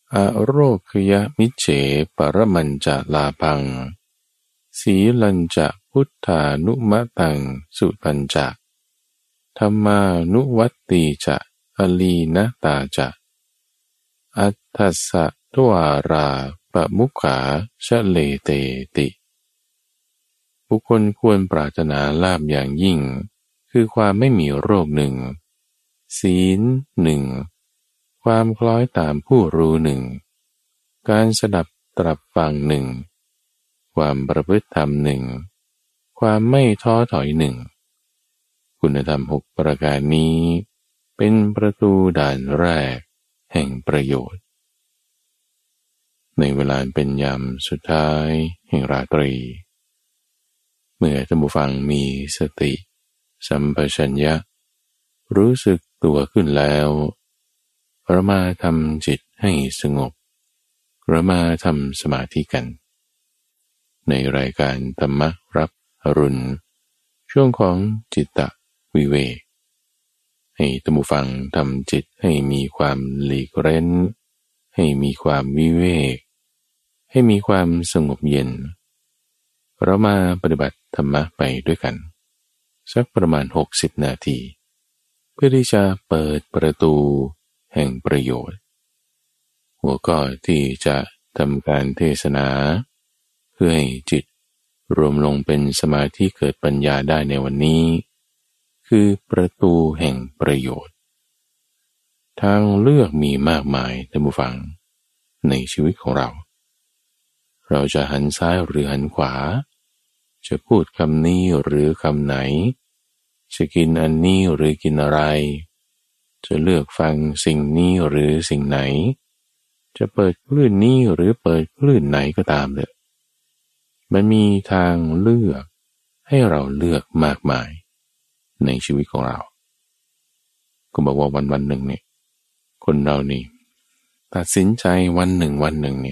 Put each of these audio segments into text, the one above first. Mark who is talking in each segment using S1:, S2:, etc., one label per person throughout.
S1: อโรคยมิจเฉปรมัญจะลาพังสีลัญจะพุทธานุมะตังสุปัญจะธรรมานุวัตติจะอลีนะตาจะอัตถัสสะทวาราปะมุขาชะเลเตติบุคคลควรปรารถนาลาภอย่างยิ่งคือความไม่มีโรคหนึ่งศีลหนึ่งความคล้อยตามผู้รู้หนึ่งการสดับตรับฟังหนึ่งความประพฤติธรรมหนึ่งความไม่ท้อถอยหนึ่งคุณธรรม6ประการนี้เป็นประตูด่านแรกแห่งประโยชน์ในเวลาเป็นยามสุดท้ายแห่งราตรีเมื่อท่านผู้ฟังมีสติสัมปชัญญะรู้สึกตัวขึ้นแล้วเรามาทำจิตให้สงบเรามาทำสมาธิกันในรายการธรรมรับอรุณช่วงของจิตตวิเวกให้ท่านผู้ฟังทำจิตให้มีความหลีกเร้นให้มีความวิเวกให้มีความสงบเย็นเรามาปฏิบัติธรรมะไปด้วยกันสักประมาณ60นาทีเพื่อที่จะเปิดประตูแห่งประโยชน์หัวข้อที่จะทำการเทศนาเพื่อให้จิตรวมลงเป็นสมาธิเกิดปัญญาได้ในวันนี้คือประตูแห่งประโยชน์ทางเลือกมีมากมายท่านผู้ฟังในชีวิตของเราจะหันซ้ายหรือหันขวาจะพูดคำนี้หรือคำไหนจะกินอันนี้หรือกินอะไรจะเลือกฟังสิ่งนี้หรือสิ่งไหนจะเปิดคลื่นนี้หรือเปิดคลื่นไหนก็ตามเถอะมันมีทางเลือกให้เราเลือกมากมายในชีวิตของเราก็บอกว่าวันหนึ่งเนี่ยคนเรานี่ตัดสินใจวันหนึ่งเนี่ย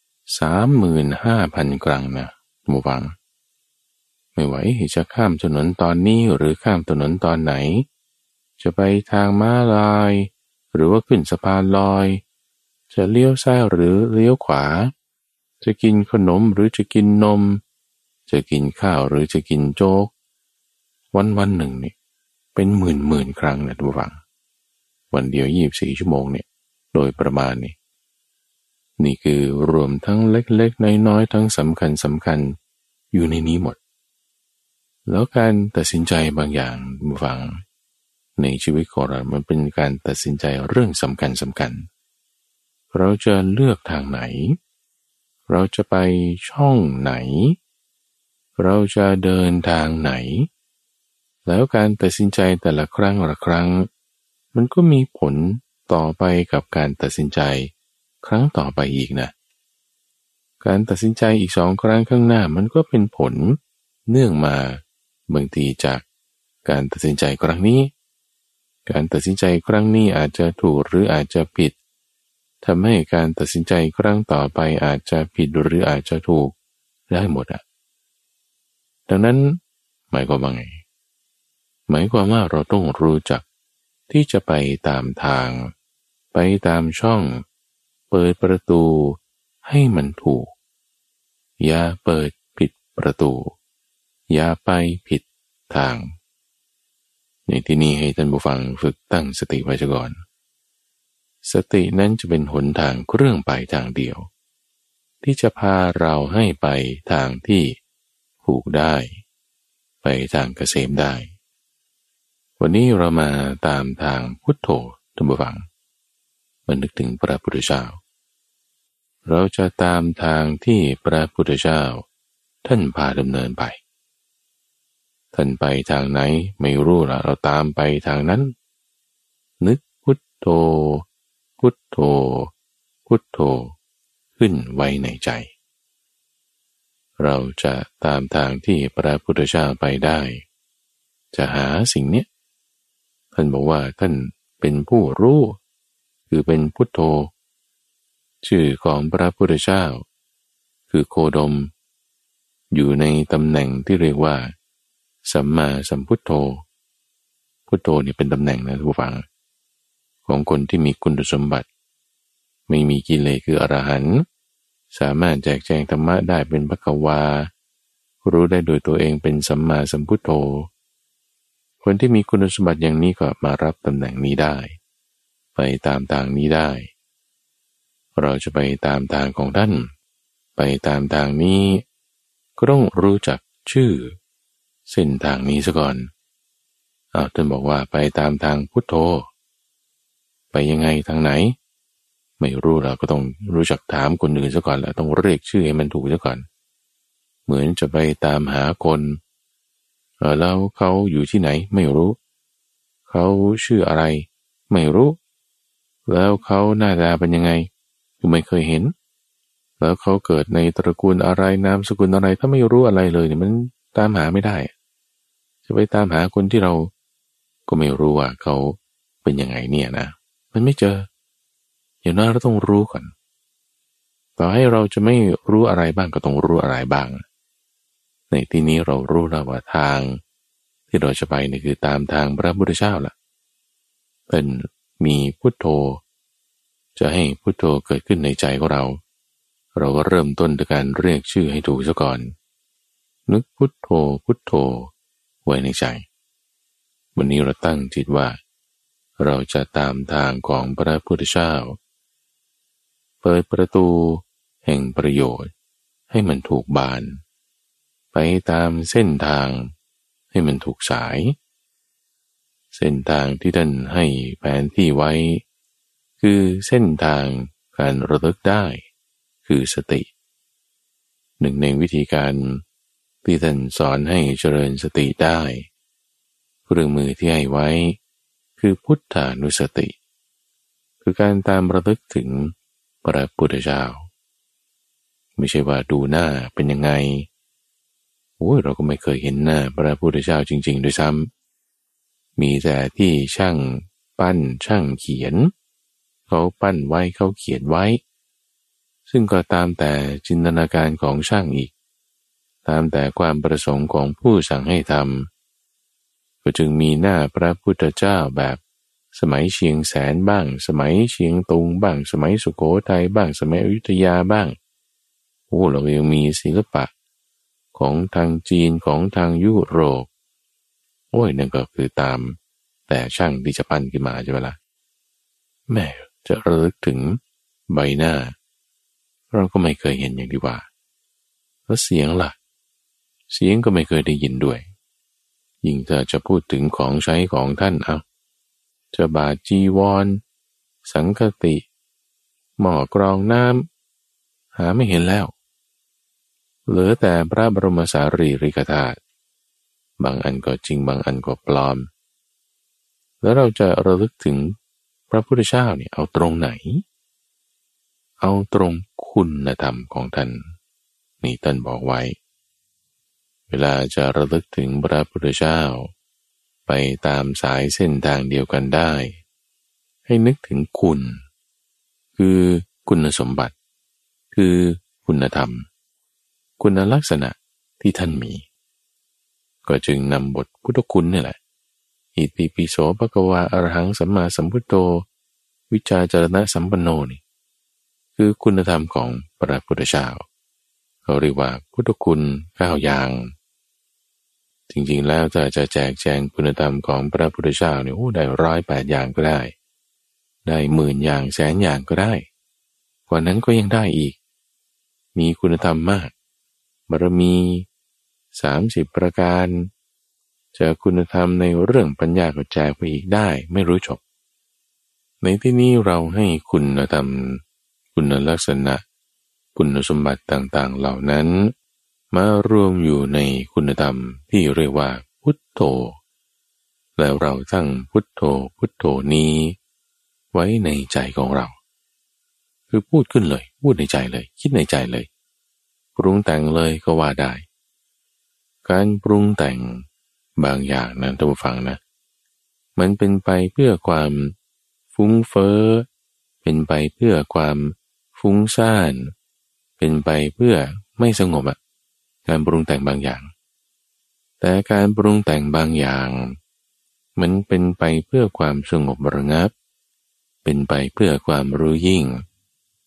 S1: 35,000 ครั้งนะหมู่ฟังไม่ไหวจะข้ามถนนตอนนี้หรือข้ามถนนตอนไหนจะไปทางม้าลายหรือว่าขึ้นสะพานลอยจะเลี้ยวซ้ายหรือเลี้ยวขวาจะกินขนมหรือจะกินนมจะกินข้าวหรือจะกินโจ๊กวันหนึ่งนี่เป็นหมื่นครั้งนะทุกฝังวันเดียว24 ชั่วโมงเนี่ยโดยประมาณนี่คือรวมทั้งเล็กๆน้อยๆทั้งสำคัญอยู่ในนี้หมดแล้วการตัดสินใจบางอย่างทุกฝังในชีวิตของเรามันเป็นการตัดสินใจเรื่องสำคัญเราจะเลือกทางไหนเราจะไปช่องไหนเราจะเดินทางไหนแล้วการตัดสินใจแต่ละครั้งมันก็มีผลต่อไปกับการตัดสินใจครั้งต่อไปอีกนะการตัดสินใจอีก2 ครั้งข้างหน้ามันก็เป็นผลเนื่องมาบางทีจากการตัดสินใจครั้งนี้การตัดสินใจครั้งนี้อาจจะถูกหรืออาจจะผิดทำให้การตัดสินใจครั้งต่อไปอาจจะผิดหรืออาจจะถูกได้หมดดังนั้นหมายความว่าไงหมายความว่าเราต้องรู้จักที่จะไปตามทางไปตามช่องเปิดประตูให้มันถูกอย่าเปิดผิดประตูอย่าไปผิดทางในที่นี้ให้ท่านผู้ฟังฝึกตั้งสติไว้ก่อนสตินั้นจะเป็นหนทางเครื่องไปทางเดียวที่จะพาเราให้ไปทางที่ถูกได้ไปทางเกษมได้วันนี้เรามาตามทางพุทโธท่านผู้ฟังมานึกถึงพระพุทธเจ้าเราจะตามทางที่พระพุทธเจ้าท่านพาดำเนินไปท่านไปทางไหนไม่รู้ละเราตามไปทางนั้นนึกพุทโธพุทโธพุทโธขึ้นไว้ในใจเราจะตามทางที่พระพุทธเจ้าไปได้จะหาสิ่งนี้ท่านบอกว่าท่านเป็นผู้รู้คือเป็นพุทโธชื่อของพระพุทธเจ้าคือโคดมอยู่ในตำแหน่งที่เรียกว่าสัมมาสัมพุทโธพุทโธนี่เป็นตำแหน่งนะทุกฝังของคนที่มีคุณสมบัติไม่มีกิเลสคืออรหันต์สามารถแจกแจงธรรมะได้เป็นภควารู้ได้โดยตัวเองเป็นสัมมาสัมพุทโธคนที่มีคุณสมบัติอย่างนี้ก็มารับตำแหน่งนี้ได้ไปตามทางนี้ได้เราจะไปตามทางของท่านไปตามทางนี้ก็ต้องรู้จักชื่อเส้นทางนี้ซะก่อนท่านบอกว่าไปตามทางพุทโธไปยังไงทางไหนไม่รู้เราก็ต้องรู้จักถามคนอื่นซะก่อนแล้วต้องเรียกชื่อให้มันถูกซะก่อนเหมือนจะไปตามหาคนแล้วเขาอยู่ที่ไหนไม่รู้เขาชื่ออะไรไม่รู้แล้วเขาหน้าตาเป็นยังไงคือไม่เคยเห็นแล้วเขาเกิดในตระกูลอะไรนามสกุลอะไรถ้าไม่รู้อะไรเลยเนี่ยมันตามหาไม่ได้จะไปตามหาคนที่เราก็ไม่รู้ว่าเขาเป็นยังไงเนี่ยนะมันไม่เจออย่างน้อยเราต้องรู้ก่อนต่อให้เราจะไม่รู้อะไรบ้างก็ต้องรู้อะไรบ้างในที่นี้เรารู้แล้วว่าทางที่เราจะไปนี่คือตามทางพระพุทธเจ้าล่ะเป็นมีพุทโธจะให้พุทโธเกิดขึ้นในใจของเราเราก็เริ่มต้นด้วยการเรียกชื่อให้ถูกซะก่อนนึกพุทโธพุทโธไว้ในใจวันนี้เราตั้งจิตว่าเราจะตามทางของพระพุทธเจ้าเปิดประตูแห่งประโยชน์ให้มันถูกบานไปตามเส้นทางให้มันถูกสายเส้นทางที่ท่านให้แผนที่ไว้คือเส้นทางการระลึกได้คือสติหนึ่งในวิธีการที่ท่านสอนให้เจริญสติได้เครื่องมือที่ให้ไว้คือพุทธานุสติคือการตามระลึกถึงพระพุทธเจ้าไม่ใช่ว่าดูหน้าเป็นยังไงเราก็ไม่เคยเห็นหน้าพระพุทธเจ้าจริงๆด้วยซ้ำมีแต่ที่ช่างปั้นช่างเขียนเขาปั้นไว้เขาเขียนไว้ซึ่งก็ตามแต่จินตนาการของช่างอีกตามแต่ความประสงค์ของผู้สั่งให้ทำก็จึงมีหน้าพระพุทธเจ้าแบบสมัยเชียงแสนบ้างสมัยเชียงตุงบ้างสมัยสุโขทัยบ้างสมัยอยุธยาบ้างเรายังมีศิลปะของทางจีนของทางยุโรปนั่นก็คือตามแต่ช่างที่จะปั้นขึ้นมาใช่ไหมล่ะแม่จะระลึกถึงใบหน้าเราก็ไม่เคยเห็นอย่างที่ว่าแล้วเสียงล่ะเสียงก็ไม่เคยได้ยินด้วยยิ่งถ้าจะพูดถึงของใช้ของท่านจะบาทจีวรสังฆติหม้อกรองน้ำหาไม่เห็นแล้วเหลือแต่พระบรมสารีริกธาตุบางอันก็จริงบางอันก็ปลอมแล้วเราจะระลึกถึงพระพุทธเจ้าเนี่ยเอาตรงไหนเอาตรงคุณธรรมของท่านนี่ท่านบอกไว้เวลาจะระลึกถึงพระพุทธเจ้าไปตามสายเส้นทางเดียวกันได้ให้นึกถึงคุณคือคุณสมบัติคือคุณธรรมคุณลักษณะที่ท่านมีก็จึงนำบทพุทธคุณนี่แหละอิติปิโสภควาอรหังสัมมาสัมพุทโธวิชาจารณะสัมปันโนนี่คือคุณธรรมของพระพุทธเจ้าเขาเรียกว่าพุทธคุณ9อย่างจริงๆแล้วจะแจกแจงคุณธรรมของพระพุทธเจ้าเนี่ยได้108อย่างก็ได้10,000อย่างแสนอย่างก็ได้กว่านั้นก็ยังได้อีกมีคุณธรรมมากบารมี30ประการจะคุณธรรมในเรื่องปัญญาก็แจกไปอีกได้ไม่รู้จบในที่นี้เราให้คุณธรรมคุณลักษณะคุณสมบัติต่างๆเหล่านั้นมารวมอยู่ในคุณธรรมที่เรียกว่าพุทโธแล้วเราตั้งพุทโธพุทโธนี้ไว้ในใจของเราคือพูดขึ้นเลยพูดในใจเลยคิดในใจเลยปรุงแต่งเลยก็ว่าได้การปรุงแต่งบางอย่างนะท่านผู้ฟังนะมันเป็นไปเพื่อความฟุ้งเฟ้อเป็นไปเพื่อความฟุ้งซ่านเป็นไปเพื่อไม่สงบการปรุงแต่งบางอย่างแต่การปรุงแต่งบางอย่างมันเป็นไปเพื่อความสงบระงับเป็นไปเพื่อความรู้ยิ่ง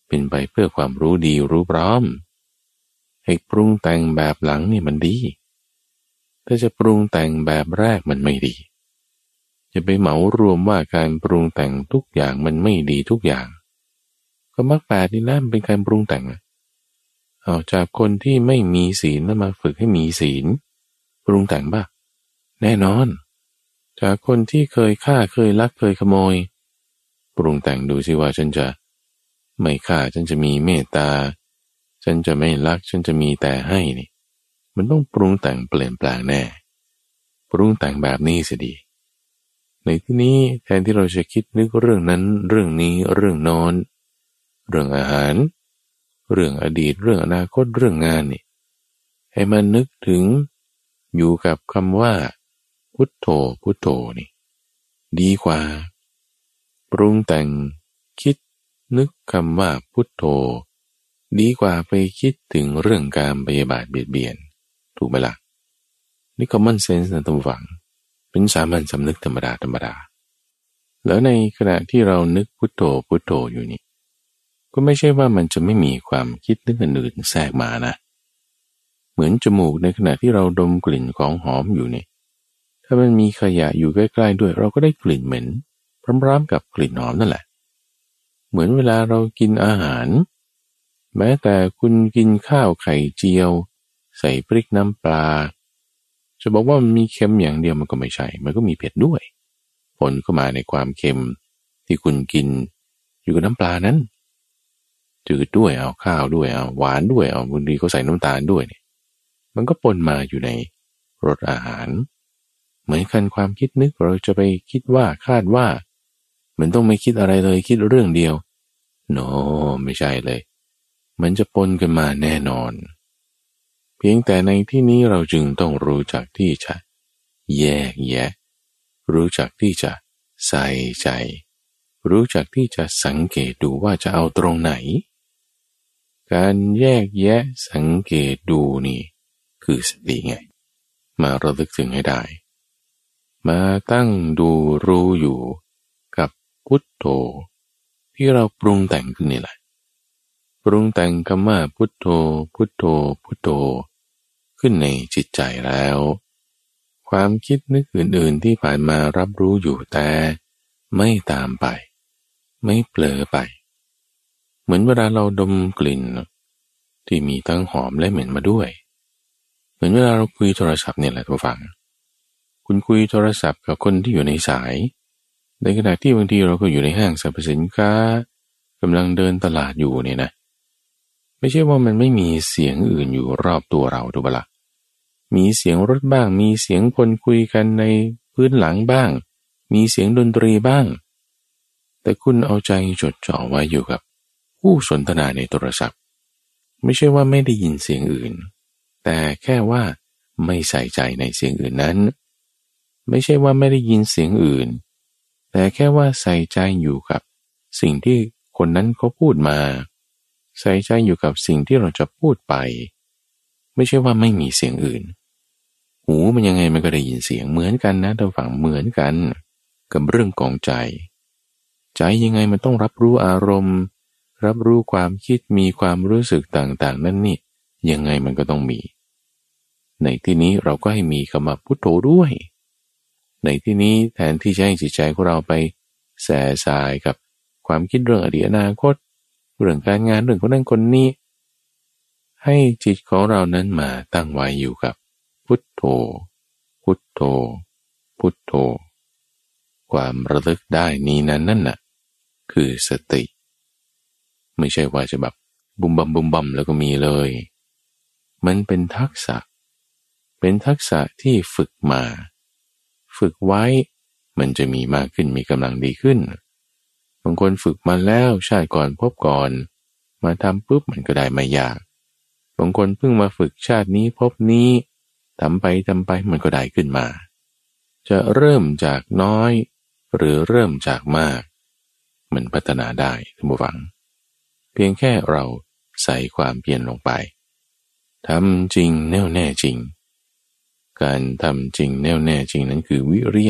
S1: เป็นไปเพื่อความรู้ดีรู้พร้อมให้ปรุงแต่งแบบหลังนี่มันดีถ้าจะปรุงแต่งแบบแรกมันไม่ดีจะไปเหมารวมว่าการปรุงแต่งทุกอย่างมันไม่ดีทุกอย่างก็มรรคแปดนี่แหละเป็นการปรุงแต่งเอาจากคนที่ไม่มีศีลแล้วมาฝึกให้มีศีลปรุงแต่งบ้างแน่นอนจากคนที่เคยฆ่าเคยลักเคยขโมยปรุงแต่งดูสิว่าฉันจะไม่ฆ่าฉันจะมีเมตตาฉันจะไม่ลักฉันจะมีแต่ให้นี่มันต้องปรุงแต่งเปลี่ยนแปลงแน่ปรุงแต่งแบบนี้สิดีในที่นี้แทนที่เราจะคิดนึกเรื่องนั้นเรื่องนี้เรื่องนอนเรื่องอาหารเรื่องอดีตเรื่องอนาคตเรื่องงานนี่ให้มันนึกถึงอยู่กับคำว่าพุทโธพุทโธนี่ดีกว่าปรุงแต่งคิดนึกคำว่าพุทโธดีกว่าไปคิดถึงเรื่องการพยาบาทเบียดเบียนถูกไหมล่ะนี่ common sense นะท่านผู้ฟังเป็นสามัญสำนึกธรรมดาธรรมดาแล้วในขณะที่เรานึกพุทโธพุทโธอยู่นี่ก็ไม่ใช่ว่ามันจะไม่มีความคิดนึกอื่นๆแทรกมานะเหมือนจมูกในขณะที่เราดมกลิ่นของหอมอยู่นี่ถ้ามันมีขยะอยู่ใกล้ๆด้วยเราก็ได้กลิ่นเหม็นพร้อมๆกับกลิ่นหอมนั่นแหละเหมือนเวลาเรากินอาหารแม้แต่คุณกินข้าวไข่เจียวใส่พริกน้ำปลาจะบอกว่ามันมีเค็มอย่างเดียวมันก็ไม่ใช่มันก็มีเผ็ดด้วยผลเข้ามาในความเค็มที่คุณกินอยู่กับน้ำปลานั้นจืดด้วยเอาข้าวด้วยเอาหวานด้วยเอาบางทีเขาใส่น้ำตาลด้วยเนี่ยมันก็ปนมาอยู่ในรสอาหารเหมือนกันความคิดนึกเราจะไปคิดว่าคาดว่ามันต้องไม่คิดอะไรเลยคิดเรื่องเดียวโนไม่ใช่เลยมันจะปนกันมาแน่นอนเพียงแต่ในที่นี้เราจึงต้องรู้จักที่จะแยกแยะรู้จักที่จะใส่ใจรู้จักที่จะสังเกตดูว่าจะเอาตรงไหนการแยกแยะสังเกตดูนี่คือสติไงมาระลึกถึงให้ได้มาตั้งดูรู้อยู่กับพุทโธที่เราปรุงแต่งขึ้นนี่แหละปรุงแต่งคำว่าพุทโธพุทโธพุทโธขึ้นในจิตใจแล้วความคิดนึกอื่นๆที่ผ่านมารับรู้อยู่แต่ไม่ตามไปไม่เผลอไปเหมือนเวลาเราดมกลิ่นที่มีทั้งหอมและเหม็นมาด้วยเหมือนเวลาเราคุยโทรศัพท์เนี่ยแหละทุกฟังคุณคุยโทรศัพท์กับคนที่อยู่ในสายในขณะที่บางทีเราก็อยู่ในห้างสรรพสินค้ากำลังเดินตลาดอยู่เนี่ยนะไม่ใช่ว่ามันไม่มีเสียงอื่นอยู่รอบตัวเราถูกปะละ่ะมีเสียงรถบ้างมีเสียงคนคุยกันในพื้นหลังบ้างมีเสียงดนตรีบ้างแต่คุณเอาใจจดจ่อไว้อยู่กับผู้สนทนาในโทรศัพท์ไม่ใช่ว่าไม่ได้ยินเสียงอื่นแต่แค่ว่าไม่ใส่ใจในเสียงอื่นนั้นไม่ใช่ว่าไม่ได้ยินเสียงอื่นแต่แค่ว่าใส่ใจอยู่กับสิ่งที่คนนั้นเขาพูดมาใส่ใจอยู่กับสิ่งที่เราจะพูดไปไม่ใช่ว่าไม่มีเสียงอื่นหูมันยังไงมันก็ได้ยินเสียงเหมือนกันนะท่านฟังเหมือนกันกับเรื่องของใจใจยังไงมันต้องรับรู้อารมณ์รับรู้ความคิดมีความรู้สึกต่างๆนั่นนี่ยังไงมันก็ต้องมีในที่นี้เราก็ให้มีคำว่าพุทโธด้วยในที่นี้แทนที่จะให้จิตใจของเราไปแส่สายกับความคิดเรื่องอดีตอนาคตเรื่องการงานเรื่องคนนั้นคนนี้ให้จิตของเรานั้นมาตั้งไว้อยู่กับพุทโธพุทโธพุทโธความระลึกได้นี้นั้นนั่นน่ะคือสติไม่ใช่ว่าจะแบบบุมบัมบุมบัมแล้วก็มีเลยมันเป็นทักษะที่ฝึกมาฝึกไว้มันจะมีมากขึ้นมีกำลังดีขึ้นบางคนฝึกมาแล้วชาติก่อนพบก่อนมาทำปุ๊บมันก็ได้ไม่ยากบางคนเพิ่งมาฝึกชาตินี้พบนี้ทำไปมันก็ได้ขึ้นมาจะเริ่มจากน้อยหรือเริ่มจากมากมันพัฒนาได้ท่านผู้ฟังเพียงแค่เราใส่ความเพียรลงไปทำจริงแน่วแน่จริงการทำจริงแน่วแน่จริงนั้นคือวิริ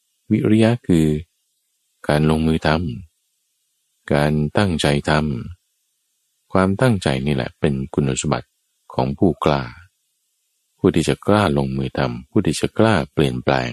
S1: ยะคือการลงมือทำการตั้งใจทความตั้งใจนี่แหละเป็นคุณสมบัติของผู้กล้าผู้ที่จะกล้าลงมือทำผู้ที่จะกล้าเปลี่ยนแปลง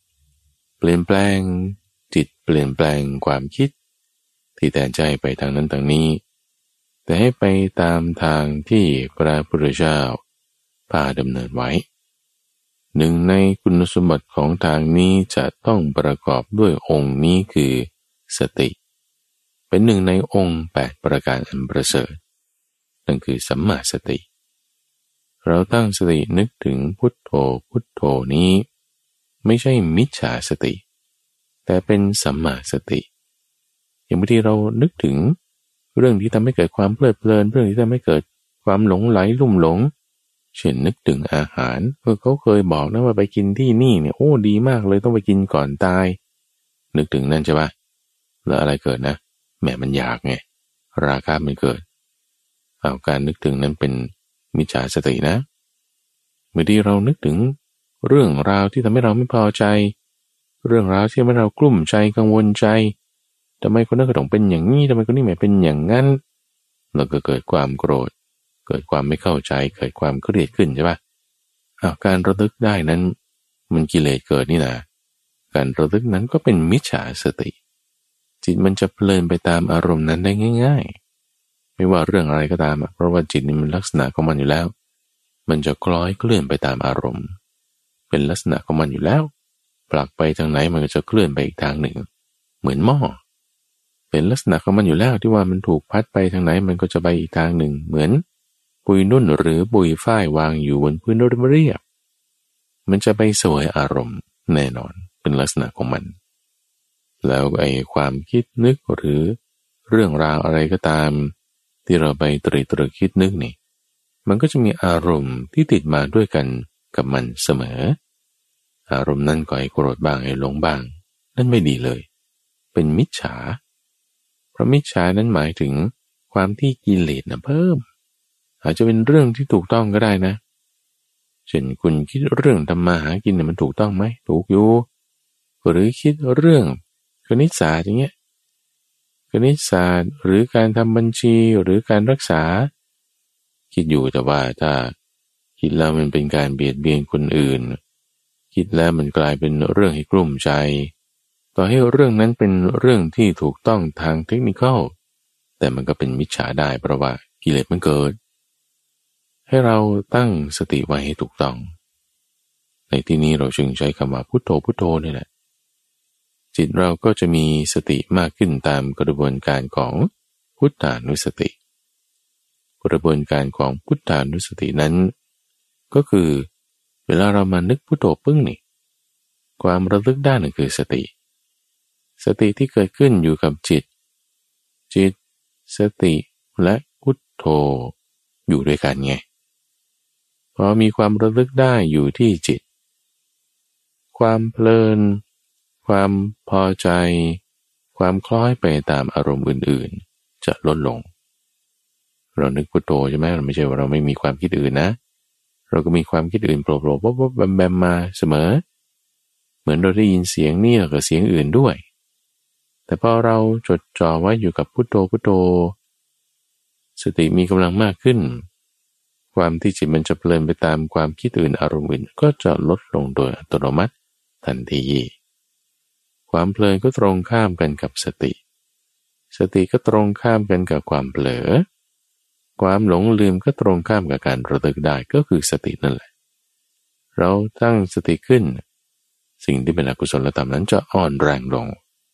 S1: จิตเปลี่ยนแปลงความคิดที่แต่ใจไปทางนั้นทางนี้แต่ให้ไปตามทางที่พระพุทธเจ้าพาดำเนินไว้หนึ่งในคุณสมบัติของทางนี้จะต้องประกอบด้วยองค์นี้คือสติเป็นหนึ่งในองค์8ประการอันประเสริฐนั่นคือสัมมาสติเราตั้งสตินึกถึงพุทโธพุทโธนี้ไม่ใช่มิจฉาสติแต่เป็นสัมมาสติอย่างบางทีเรานึกถึงเรื่องที่ทำให้เกิดความเพลิดเพลินเรื่องที่ทำให้เกิดความหลงไหลลุ่มหลงเช่นนึกถึงอาหารเขาเคยบอกนะว่าไปกินที่นี่เนี่ยโอ้ดีมากเลยต้องไปกินก่อนตายนึกถึงนั่นใช่ปะแล้วอะไรเกิดนะแหมมันอยากไงราคะมันเกิดเอาการนึกถึงนั้นเป็นมิจฉาสตินะเมื่อที่เรานึกถึงเรื่องราวที่ทำให้เราไม่พอใจเรื่องราวที่ทำให้เรากลุ้มใจกังวลใจทำไมคนนั้นก็ต้องเป็นอย่างนี้ทำไมคนนี้ไม่เป็นอย่างนั้นเราก็เกิดความโกรธเกิดความไม่เข้าใจเกิดความเครียดขึ้นใช่ปะการระลึกได้นั้นมันกิเลสเกิดนี่นะการระลึกนั้นก็เป็นมิจฉาสติจิตมันจะเพลินไปตามอารมณ์นั้นได้ง่ายๆไม่ว่าเรื่องอะไรก็ตามเพราะว่าจิตนี่มันลักษณะของมันอยู่แล้วมันจะคล้อยเคลื่อนไปตามอารมณ์เป็นลักษณะของมันอยู่แล้วผลักไปทางไหนมันก็จะเคลื่อนไปอีกทางหนึ่งเหมือนหม้อเป็นลักษณะของมันอยู่แล้วที่ว่ามันถูกพัดไปทางไหนมันก็จะไปอีกทางหนึ่งเหมือนปุยนุ่นหรือปุยฝ้ายวางอยู่บนพื้นเรียบมันจะไปสวยอารมณ์แน่นอนเป็นลักษณะของมันแล้วไอ้ความคิดนึกหรือเรื่องราวอะไรก็ตามที่เราไปตรึกคิดนึกนี่มันก็จะมีอารมณ์ที่ติดมาด้วยกันกับมันเสมออารมณ์นั้นก็ไอ้โกรธบ้างไอ้หลงบ้างนั่นไม่ดีเลยเป็นมิจฉาเพราะมิจฉานั้นหมายถึงความที่กิเลสเพิ่มอาจจะเป็นเรื่องที่ถูกต้องก็ได้นะเช่นคุณคิดเรื่องทำมาหากินเนี่ยมันถูกต้องไหมถูกอยู่หรือคิดเรื่องคณิตศาสตร์อย่างเงี้ยคณิตศาสตร์หรือการทำบัญชีหรือการรักษาคิดอยู่แต่ว่าถ้าคิดแล้วมันเป็นการเบียดเบียนคนอื่นคิดแล้วมันกลายเป็นเรื่องให้กลุ้มใจต่อให้เรื่องนั้นเป็นเรื่องที่ถูกต้องทางเทคนิคแต่มันก็เป็นมิจฉาได้เพราะว่ากิเลสมันเกิดให้เราตั้งสติไว้ให้ถูกต้องในที่นี้เราจึงใช้คำว่าพุทโธพุทโธนี่แหละจิตเราก็จะมีสติมากขึ้นตามกระบวนการของพุทธานุสติกระบวนการของพุทธานุสตินั้นก็คือเวลาเรามานึกพุทโธปึ้งนี่ความระลึกได้นั่นคือสติที่เกิดขึ้นอยู่กับจิตสติและพุทโธอยู่ด้วยกันไงพอมีความระลึกได้อยู่ที่จิตความเพลินความพอใจความคล้อยไปตามอารมณ์อื่นๆจะลดลงเรานึกพุทโธใช่ไหมเราไม่ใช่ว่าเราไม่มีความคิดอื่นนะเราก็มีความคิดอื่นโผล่ๆแบมมาเสมอเหมือนเราได้ยินเสียงเนี่ยกับเสียงอื่นด้วยแต่พอเราจดจ่อไว้อยู่กับพุทโธพุทโธสติมีกำลังมากขึ้นความที่จิตมันจะเพลินไปตามความคิดอื่นอารมณ์อื่นก็จะลดลงโดยอัตโนมัติทันทีความเพลินก็ตรงข้ามกันกับสติก็ตรงข้ามกันกับความเผลอความหลงลืมก็ตรงข้ามกับการระลึกได้ก็คือสตินั่นแหละเราตั้งสติขึ้นสิ่งที่เป็นอกุศลธรรมนั้นจะอ่อนแรงลง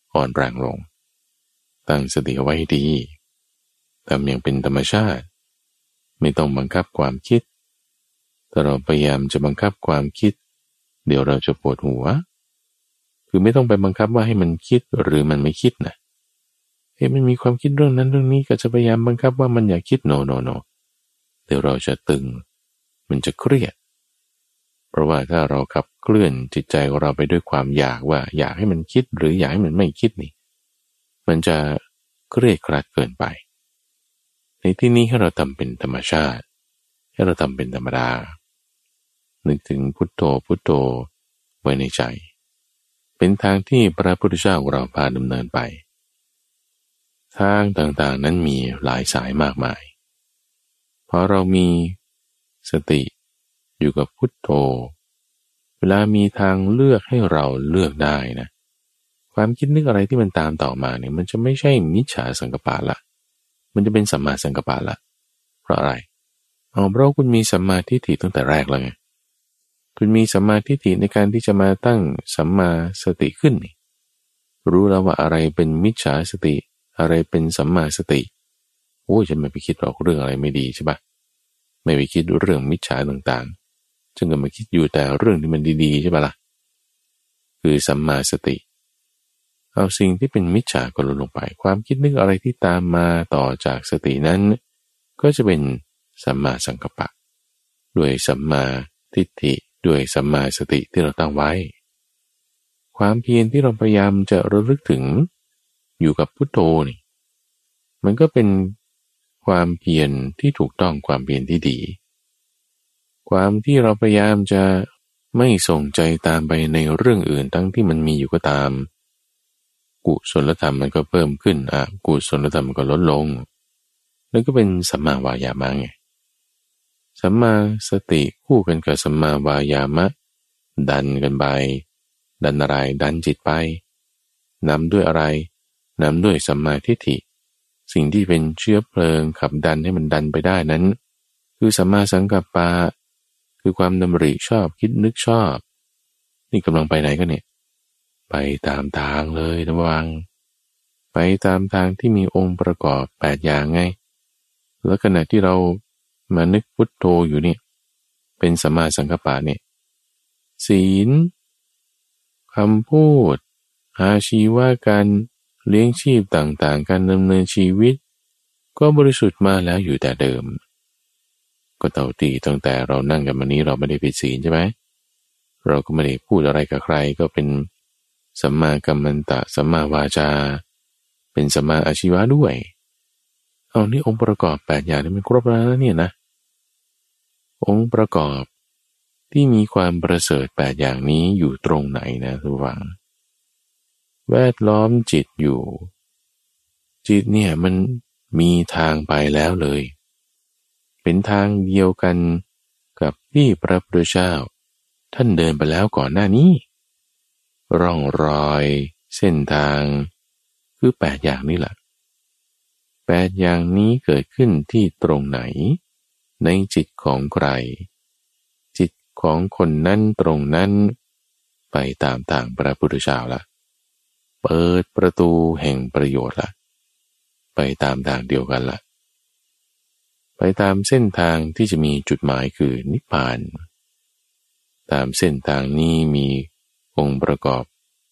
S1: ตั้งสติเอาไว้ให้ดีทำอย่างเป็นธรรมชาติไม่ต้องบังคับความคิดแต่เราพยายามจะบังคับความคิดเดี๋ยวเราจะปวดหัวคือไม่ต้องไปบังคับว่าให้มันคิดหรือมันไม่คิดนะมันมีความคิดเรื่องนั้นเรื่องนี้ก็จะพยายามบังคับว่ามันอย่าคิดโนเดี๋ยวเราจะตึงมันจะเครียดเพราะว่าถ้าเราขับเคลื่อนจิตใจของเราไปด้วยความอยากว่าอยากให้มันคิดหรืออยากให้มันไม่คิดนี่มันจะเครียดครัดเกินไปในที่นี้ให้เราทำเป็นธรรมชาติให้เราทำเป็นธรรมดานึกถึงพุทโธพุทโธไว้ในใจเป็นทางที่พระพุทธเจ้าเราพาดำเนินไปทางต่างๆนั้นมีหลายสายมากมายพอเรามีสติอยู่กับพุทโธเวลามีทางเลือกให้เราเลือกได้นะความคิดนึกอะไรที่มันตามต่อมาเนี่ยมันจะไม่ใช่มิจฉาสังกัปปะละมันจะเป็นสัมมาสังกัปปะละเพราะอะไรเพราะคุณมีสัมมาทิฏฐิตั้งแต่แรกแล้วไงคุณมีสัมมาทิฏฐิในการที่จะมาตั้งสัมมาสติขึ้นนี่รู้แล้วว่าอะไรเป็นมิจฉาสติอะไรเป็นสัมมาสติโอ้ยจะไม่ไปคิดหรอกเรื่องอะไรไม่ดีใช่ปะไม่ไปคิดเรื่องมิจฉาต่างๆจึงก็มาคิดอยู่แต่เรื่องที่มันดีๆใช่ปะล่ะคือสัมมาสติเอาสิ่งที่เป็นมิจฉาก็ลดลงไปความคิดนึกอะไรที่ตามมาต่อจากสตินั้นก็จะเป็นสัมมาสังกัปปะด้วยสัมมาทิฏฐิด้วยสัมมาสติที่เราตั้งไว้ความเพียรที่เราพยายามจะระลึกถึงอยู่กับพุทโธนี่มันก็เป็นความเพียรที่ถูกต้องความเพียรที่ดีความที่เราพยายามจะไม่ส่งใจตามไปในเรื่องอื่นทั้งที่มันมีอยู่ก็ตามกุศลธรรมมันก็เพิ่มขึ้นกุศลธรรมมันก็ลดลงแล้วก็เป็นสัมมาวายามะไงสัมมาสติคู่กันกับสัมมาวายามะดันกันไปดันอะไรดันจิตไปนำด้วยอะไรนำด้วยสัมมาทิฏฐิสิ่งที่เป็นเชื้อเพลิงขับดันให้มันดันไปได้นั้นคือสัมมาสังกัปปะคือความดำริชอบคิดนึกชอบนี่กำลังไปไหนกันเนี่ยไปตามทางเลยระวังไปตามทางที่มีองค์ประกอบ8อย่างไงแล้วขณะที่เรามานึกพุทโธอยู่เนี่ยเป็นสัมมาสังกัปปะเนี่ยศีลคำพูดอาชีวะการเลี้ยงชีพต่างๆการดำเนินชีวิตก็บริสุทธิ์มาแล้วอยู่แต่เดิมก็เท่าที่ตั้งแต่เรานั่งกันมานี้เราไม่ได้ผิดศีลใช่ไหมเราก็ไม่ได้พูดอะไรกับใครก็เป็นสัมมากัมมันตะสัมมาวาจาเป็นสัมมาอาชีวะด้วยนี่องค์ประกอบ8อย่างนี่มันครบแล้วนะเนี่ยนะองค์ประกอบที่มีความประเสริฐ8อย่างนี้อยู่ตรงไหนนะทุกฝังแวดล้อมจิตอยู่จิตเนี่ยมันมีทางไปแล้วเลยเป็นทางเดียวกันกับที่พระพุทธเจ้าท่านเดินไปแล้วก่อนหน้านี้ร่องรอยเส้นทางคือ8อย่างนี้แหละ8อย่างนี้เกิดขึ้นที่ตรงไหนในจิตของใครจิตของคนนั้นตรงนั้นไปตามทางพระพุทธเจ้าละเปิดประตูแห่งประโยชน์ละไปตามทางเดียวกันละไปตามเส้นทางที่จะมีจุดหมายคือนิพพานตามเส้นทางนี้มีองค์ประกอบ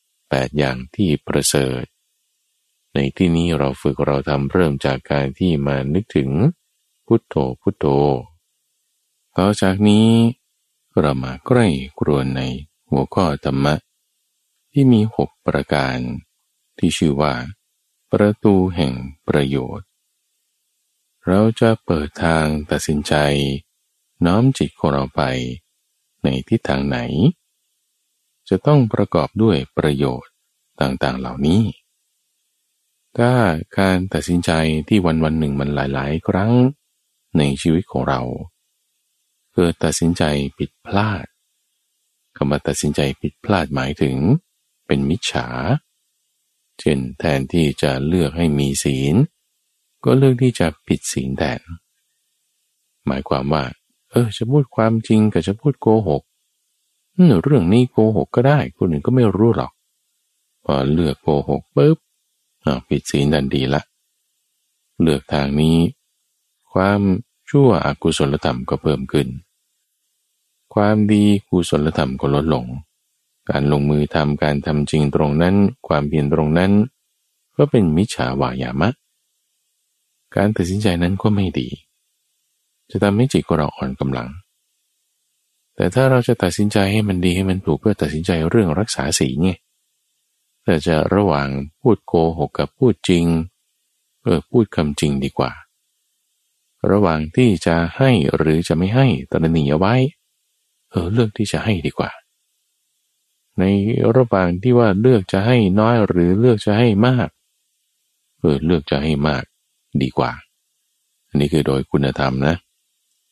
S1: 8อย่างที่ประเสริฐในที่นี้เราฝึกเราทำเริ่มจากการที่มานึกถึงพุทโธพุทโธต่อจากนี้เรามาใกล้ครวญในหัวข้อธรรมะที่มี6ประการที่ชื่อว่าประตูแห่งประโยชน์เราจะเปิดทางตัดสินใจน้อมจิตของเราไปในทิศทางไหนจะต้องประกอบด้วยประโยชน์ต่างๆเหล่านี้ถ้าการตัดสินใจที่วันๆหนึ่งมันหลายๆครั้งในชีวิตของเราเกิดตัดสินใจผิดพลาดคำว่าตัดสินใจผิดพลาดหมายถึงเป็นมิจฉาเช่นแทนที่จะเลือกให้มีศีลก็เลือกที่จะผิดศีลแทนหมายความว่าจะพูดความจริงกับจะพูดโกหกเรื่องนี้โกหกก็ได้คนอื่นก็ไม่รู้หรอกพอเลือกโกหกปุ๊บผิดศีลทันทีละเลือกทางนี้ความชั่วอกุศลธรรมก็เพิ่มขึ้นความดีกุศลธรรมก็ลดลงการลงมือทำการทำจริงตรงนั้นความเพียรตรงนั้นก็เป็นมิจฉาวายามะการตัดสินใจนั้นก็ไม่ดีจะทำให้จิตของเราอ่อนกำลังแต่ถ้าเราจะตัดสินใจให้มันดีให้มันถูกเพื่อตัดสินใจเรื่องรักษาศีลไงแต่จะระหว่างพูดโกหกกับพูดจริงพูดคำจริงดีกว่าระหว่างที่จะให้หรือจะไม่ให้ตระหนี่เอาไว้เลือกที่จะให้ดีกว่าในระหว่างที่ว่าเลือกจะให้น้อยหรือเลือกจะให้มากเลือกจะให้มากดีกว่าอันนี้คือโดยคุณธรรมนะ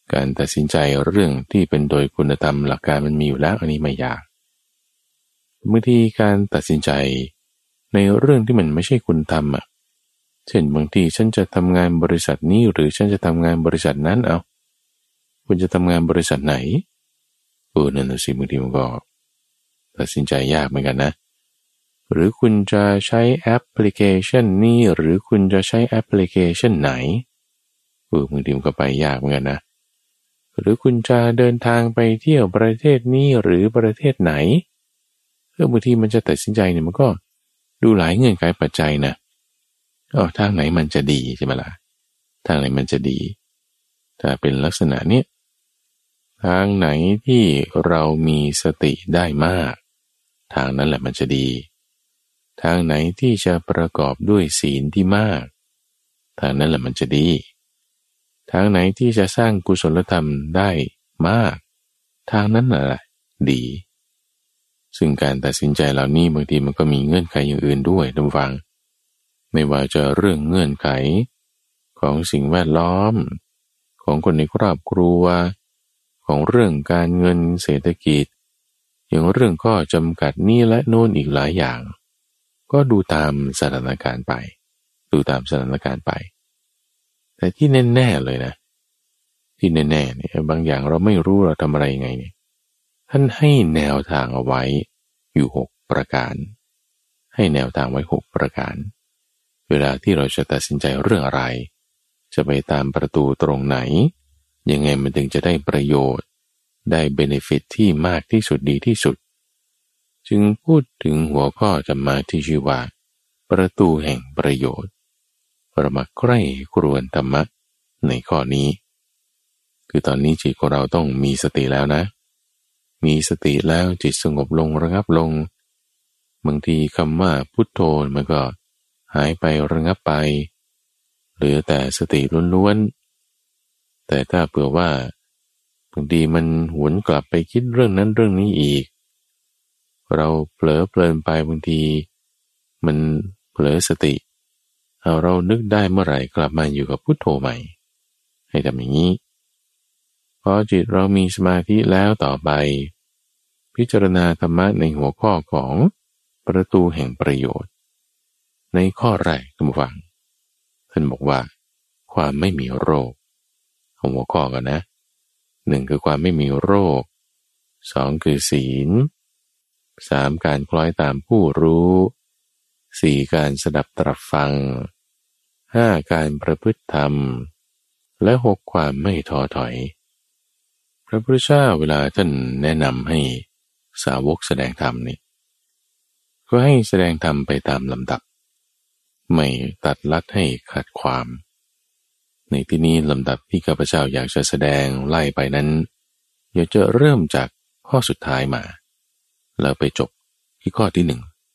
S1: การตัดสินใจเรื่องที่เป็นโดยคุณธรรมหลักการมันมีอยู่แล้วอันนี้ไม่ยากบางทีการตัดสินใจในเรื่องที่มันไม่ใช่คุณธรรมอ่ะเช่นบางทีฉันจะทำงานบริษัทนี้หรือฉันจะทำงานบริษัทนั้นเอาคุณจะทำงานบริษัทไหนนั่นน่ะสิบางทีมันก็ตัดสินใจยากเหมือนกันนะหรือคุณจะใช้แอปพลิเคชันนี้หรือคุณจะใช้แอปพลิเคชันไหนบางทีมันก็ไปยากเหมือนกันนะหรือคุณจะเดินทางไปเที่ยวประเทศนี้หรือประเทศไหนบางทีมันจะตัดสินใจเนี่ยมันก็ดูหลายเงื่อนไขปัจจัยนะทางไหนมันจะดีใช่ไหมล่ะทางไหนมันจะดีถ้าเป็นลักษณะนี้ทางไหนที่เรามีสติได้มากทางนั้นแหละมันจะดีทางไหนที่จะประกอบด้วยศีลที่มากทางนั้นแหละมันจะดีทางไหนที่จะสร้างกุศลธรรมได้มากทางนั้นแหละดีซึ่งการตัดสินใจเหล่านี้บางทีมันก็มีเงื่อนไขอย่างอื่นด้วยท่านผู้ฟังไม่ว่าจะเรื่องเงื่อนไขของสิ่งแวดล้อมของคนในครอบครัวของเรื่องการเงินเศรษฐกิจอย่างเรื่องข้อจำกัดนี้และโน่นอีกหลายอย่างก็ดูตามสถานการณ์ไปแต่ที่แน่ๆเลยนะที่แน่ๆเนี่ยบางอย่างเราไม่รู้เราทำอะไรยังไงเนี่ยท่านให้แนวทางเอาไว้อยู่6ประการให้แนวทางไว้6ประการเวลาที่เราจะตัดสินใจเรื่องอะไรจะไปตามประตูตรงไหนยังไงมันถึงจะได้ประโยชน์ได้เบเนฟิตที่มากที่สุดดีที่สุดจึงพูดถึงหัวข้อธรรมะที่ชื่อว่าประตูแห่งประโยชน์เรามาใกล้ครวนธรรมะในข้อนี้คือตอนนี้จิตของเราต้องมีสติแล้วนะมีสติแล้วจิตสงบลงระงับลงบางทีคำว่าพุทโธมันก็หายไประงับไปเหลือแต่สติล้วนๆแต่ถ้าเผื่อว่าบางทีมันหวนกลับไปคิดเรื่องนั้นเรื่องนี้อีกเราเผลอเพลินไปบางทีมันเผลอสติเรานึกได้เมื่อไหร่กลับมาอยู่กับพุทโธใหม่ให้ทำอย่างนี้พอจิตเรามีสมาธิแล้วต่อไปพิจารณาธรรมะในหัวข้อของประตูแห่งประโยชน์ในข้อแรกท่านผู้ฟังท่านบอกว่าความไม่มีโรคของหัวข้อกันนะ1คือความไม่มีโรค2คือศีล3การคล้อยตามผู้รู้4การสดับตรับฟัง5การประพฤติธรรมและ6ความไม่ท้อถอยพระพุทธเจ้าเวลาท่านแนะนำให้สาวกแสดงธรรมนี่ก็ให้แสดงธรรมไปตามลำดับไม่ตัดลัดให้ขัดความในที่นี้ลำดับที่ข้าพเจ้าอยากจะแสดงไล่ไปนั้นอยากจะเริ่มจากข้อสุดท้ายมาแล้วไปจบที่ข้อที่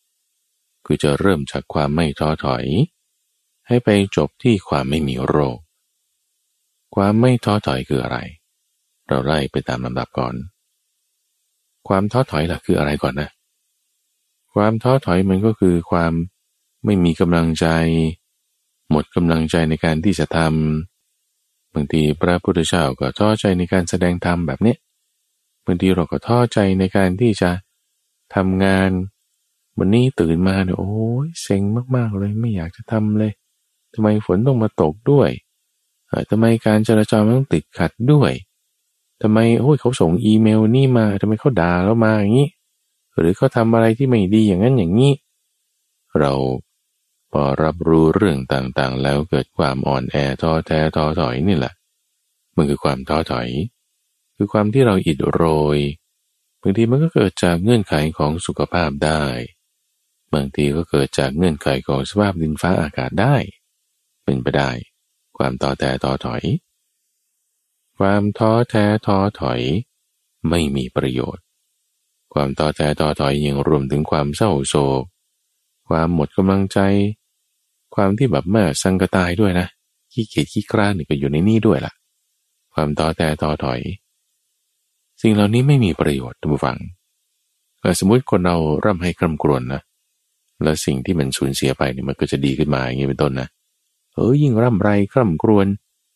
S1: 1คือจะเริ่มจากความไม่ท้อถอยให้ไปจบที่ความไม่มีโรคความไม่ท้อถอยคืออะไรเราไล่ไปตามลำดับก่อนความท้อถอยล่ะคืออะไรก่อนนะความท้อถอยมันก็คือความไม่มีกำลังใจหมดกำลังใจในการที่จะทำบางทีพระพุทธเจ้าก็ท้อใจในการแสดงธรรมแบบนี้บางทีเราก็ท้อใจในการที่จะทำงานวันนี้ตื่นมาเนี่ยโอ้ยเซ็งมากๆเลยไม่อยากจะทำเลยทำไมฝนต้องมาตกด้วยทำไมการจราจรมันต้องติดขัดด้วยทำไมเขาส่งอีเมลนี่มาทำไมเขาด่าเรามาอย่างนี้หรือเขาทำอะไรที่ไม่ดีอย่างนั้นอย่างนี้เราพอรับรู้เรื่องต่างๆแล้วเกิดความอ่อนแอท้อแท้ท้อถอยนี่แหละมันคือความท้อถอยคือความที่เราอิดโรยบางทีมันก็เกิดจากเงื่อนไขของสุขภาพได้บางทีก็เกิดจากเงื่อนไขของสภาพดินฟ้าอากาศได้เป็นไปได้ความท้อแท้ท้อถอยความท้อแท้ท้อถอยไม่มีประโยชน์ความท้อแท้ท้อถอยยังรวมถึงความเศร้าโศกความหมดกำลังใจความที่แบบแม่สังกตายด้วยนะขี้เกียจขี้คร้านนี่ก็อยู่ในนี่ด้วยล่ะความท้อแท้ท้อถอยสิ่งเหล่านี้ไม่มีประโยชน์ท่านผู้ฟังสมมุติคนเราร่ำให้คร่ำครวญนะแล้วสิ่งที่มันสูญเสียไปเนี่ยมันก็จะดีขึ้นมาอย่างนี้เป็นต้นนะยิ่งร่ำไรคร่ำครวญ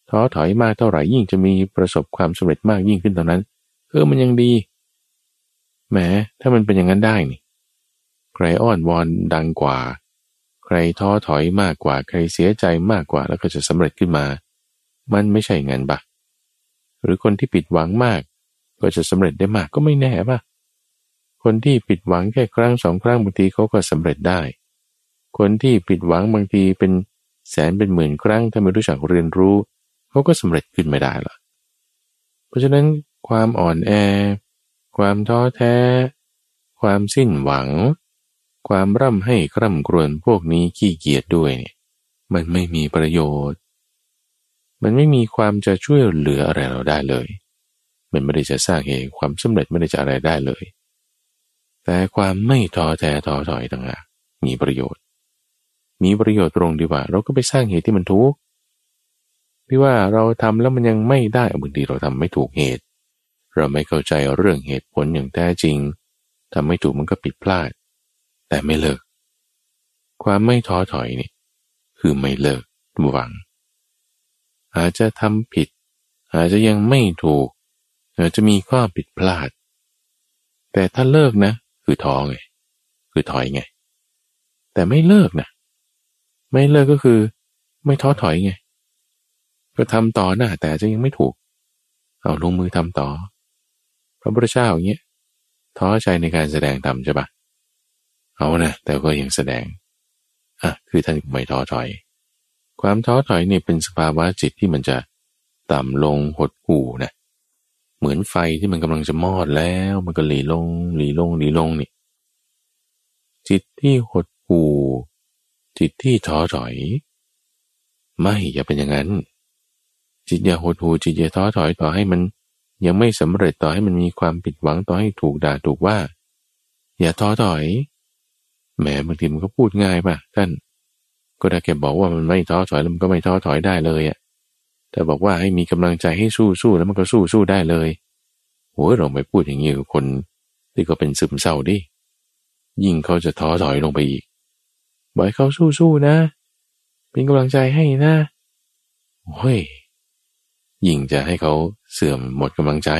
S1: ท้อถอยมากเท่าไหร่ยิ่งจะมีประสบความสำเร็จมากยิ่งขึ้นเท่านั้นมันยังดีแหมถ้ามันเป็นอย่างนั้นได้นี่ใครอ้อนวอนดังกว่าใครท้อถอยมากกว่าใครเสียใจมากกว่าแล้วก็จะสำเร็จขึ้นมามันไม่ใช่งั้นปะหรือคนที่ผิดหวังมากก็จะสำเร็จได้มากก็ไม่แน่ปะคนที่ผิดหวังแค่ครั้งสองครั้งบางทีเขาก็สำเร็จได้คนที่ผิดหวังบางทีเป็นแสนเป็นหมื่นครั้งถ้าไม่รู้จักเรียนรู้เขาก็สำเร็จขึ้นไม่ได้หรอกเพราะฉะนั้นความอ่อนแอความท้อแท้ความสิ้นหวังความร่ำให้คร่ำครวญพวกนี้ขี้เกียจด้วยเนี่ยมันไม่มีประโยชน์มันไม่มีความจะช่วยเหลืออะไรเราได้เลยมันไม่ได้จะสร้างเหตุความสำเร็จไม่ได้จะอะไรได้เลยแต่ความไม่ท้อแท้ท้อถอยต่างหากมีประโยชน์ตรงดีว่าเราก็ไปสร้างเหตุที่มันถูกที่ว่าเราทำแล้วมันยังไม่ได้บางทีเราทำไม่ถูกเหตุเราไม่เข้าใจเรื่องเหตุผลอย่างแท้จริงทำไม่ถูกมันก็ผิดพลาดแต่ไม่เลิกความไม่ท้อถอยนี่คือไม่เลิกหวังอาจจะทำผิดอาจจะยังไม่ถูกอาจจะมีข้อผิดพลาดแต่ถ้าเลิกนะคือท้อไงคือถอยไงแต่ไม่เลิกนะไม่เลิกก็คือไม่ท้อถอยไงก็ทำต่อหน้าแต่จะยังไม่ถูกเอาลงมือทำต่อพระพุทธเจ้าอย่างเงี้ยท้อใจในการแสดงธรรมใช่ปะเอานะแต่ก็ยังแสดงคือท่านไม่ท้อถอยความท้อถอยนี่เป็นสภาวะจิตที่มันจะต่ำลงหดหู่นะเหมือนไฟที่มันกำลังจะมอดแล้วมันก็หลีลงนี่จิตที่หดหู่จิตที่ท้อถอยไม่อย่าเป็นอย่างนั้นจิตอย่าหดหู่จิตอย่าท้อถอยต่อให้มันยังไม่สำเร็จต่อให้มันมีความผิดหวังต่อให้ถูกด่าถูกว่าอย่าท้อถอยแหมบางทีมันก็พูดง่ายป่ะท่านก็ได้แค่บอกว่ามันไม่ท้อถอยแล้วมันก็ไม่ท้อถอยได้เลยอ่ะแต่บอกว่าให้มีกำลังใจให้สู้แล้วมันก็สู้ได้เลยโหเราไม่พูดอย่างนี้กับคนที่ก็เป็นซึมเศร้าดิยิ่งเขาจะท้อถอยลงไปอีกบอกให้เขาสู้นะเป็นกำลังใจให้นะโอ้ยยิ่งจะให้เขาเสื่อมหมดกำลังใจ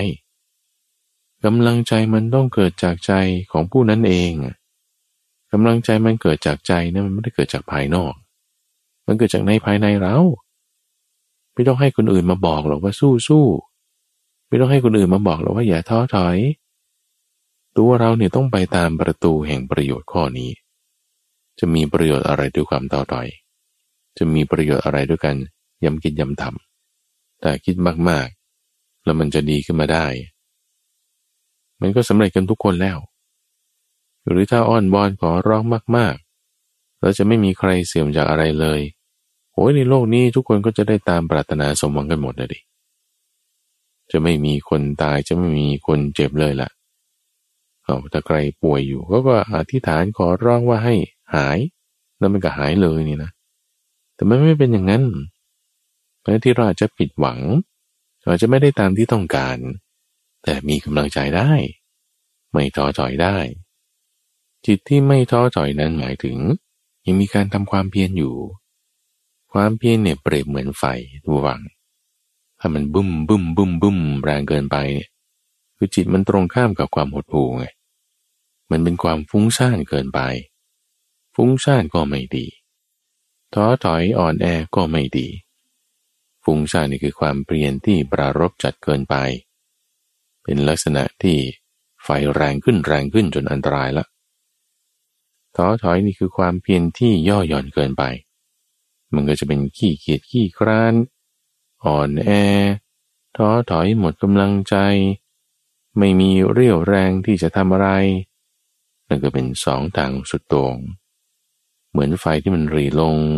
S1: มันต้องเกิดจากใจของผู้นั้นเองกำลังใจมันเกิดจากใจนะมันไม่ได้เกิดจากภายนอกมันเกิดจากในภายในเราไม่ต้องให้คนอื่นมาบอกหรอกว่าสู้ไม่ต้องให้คนอื่นมาบอกหรอกว่าอย่าท้อถอยตัวเราเนี่ยต้องไปตามประตูแห่งประโยชน์ข้อนี้จะมีประโยชน์อะไรด้วยความท้อถอยจะมีประโยชน์อะไรด้วยกันย้ำคิดย้ำทำแต่คิดมากๆแล้วมันจะดีขึ้นมาได้มันก็สำเร็จกันทุกคนแล้วหรือถ้าอ้อนวอนขอร้องมากๆแล้วจะไม่มีใครเสื่อมจากอะไรเลยโอ้ยในโลกนี้ทุกคนก็จะได้ตามปรารถนาสมหวังกันหมดเลยดิจะไม่มีคนตายจะไม่มีคนเจ็บเลยล่ะถ้าใครป่วยอยู่ก็อธิษฐานขอร้องว่าให้หายแล้วมันก็หายเลยนี่นะแต่มันไม่เป็นอย่างนั้นเพราะที่เราอาจจะผิดหวังอาจจะไม่ได้ตามที่ต้องการแต่มีกำลังใจได้ไม่ท้อถอยได้จิตที่ไม่ท้อถอยนั้นหมายถึงยังมีการทำความเพียรอยู่ความเพียรเนี่ยเปรียบเหมือนไฟระวังถ้ามันบึ้มแรงเกินไปเนี่ยคือจิตมันตรงข้ามกับความหดหู่ไงมันเป็นความฟุ้งซ่านเกินไปฟุ้งซ่านก็ไม่ดีท้อถอยอ่อนแอก็ไม่ดีฟุ้งซ่านนี่คือความเพียรที่ปรารภจัดเกินไปเป็นลักษณะที่ไฟแรงขึ้นจนอันตรายละท้อถอยนี่คือความเพียรที่ย่อหย่อนเกินไปมันก็จะเป็นขี้เกียจขี้คร้านอ่อนแอท้อถอยหมดกำลังใจไม่มีเรี่ยวแรงที่จะทำอะไรนั่นก็เป็นสองทางสุดโต่งเหมือนไฟที่มันรีลง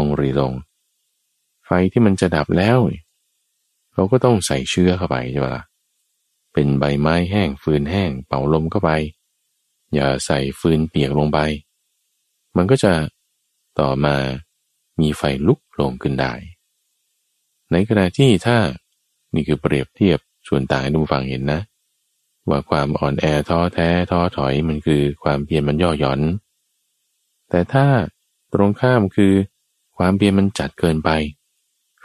S1: ไฟที่มันจะดับแล้วเขาก็ต้องใส่เชื้อเข้าไปใช่ไหมล่ะเป็นใบไม้แห้งฟืนแห้งเป่าลมเข้าไปอย่าใส่ฟืนเปียกลงไปมันก็จะต่อมามีไฟลุกโผล่ขึ้นได้ในขณะที่ถ้านี่คือเปรียบเทียบส่วนต่างให้ดูฟังเห็นนะว่าความอ่อนแอท้อแท้ท้อถอยมันคือความเพียรมันย่อหย่อนแต่ถ้าตรงข้ามคือความเพียรมันจัดเกินไปไฟ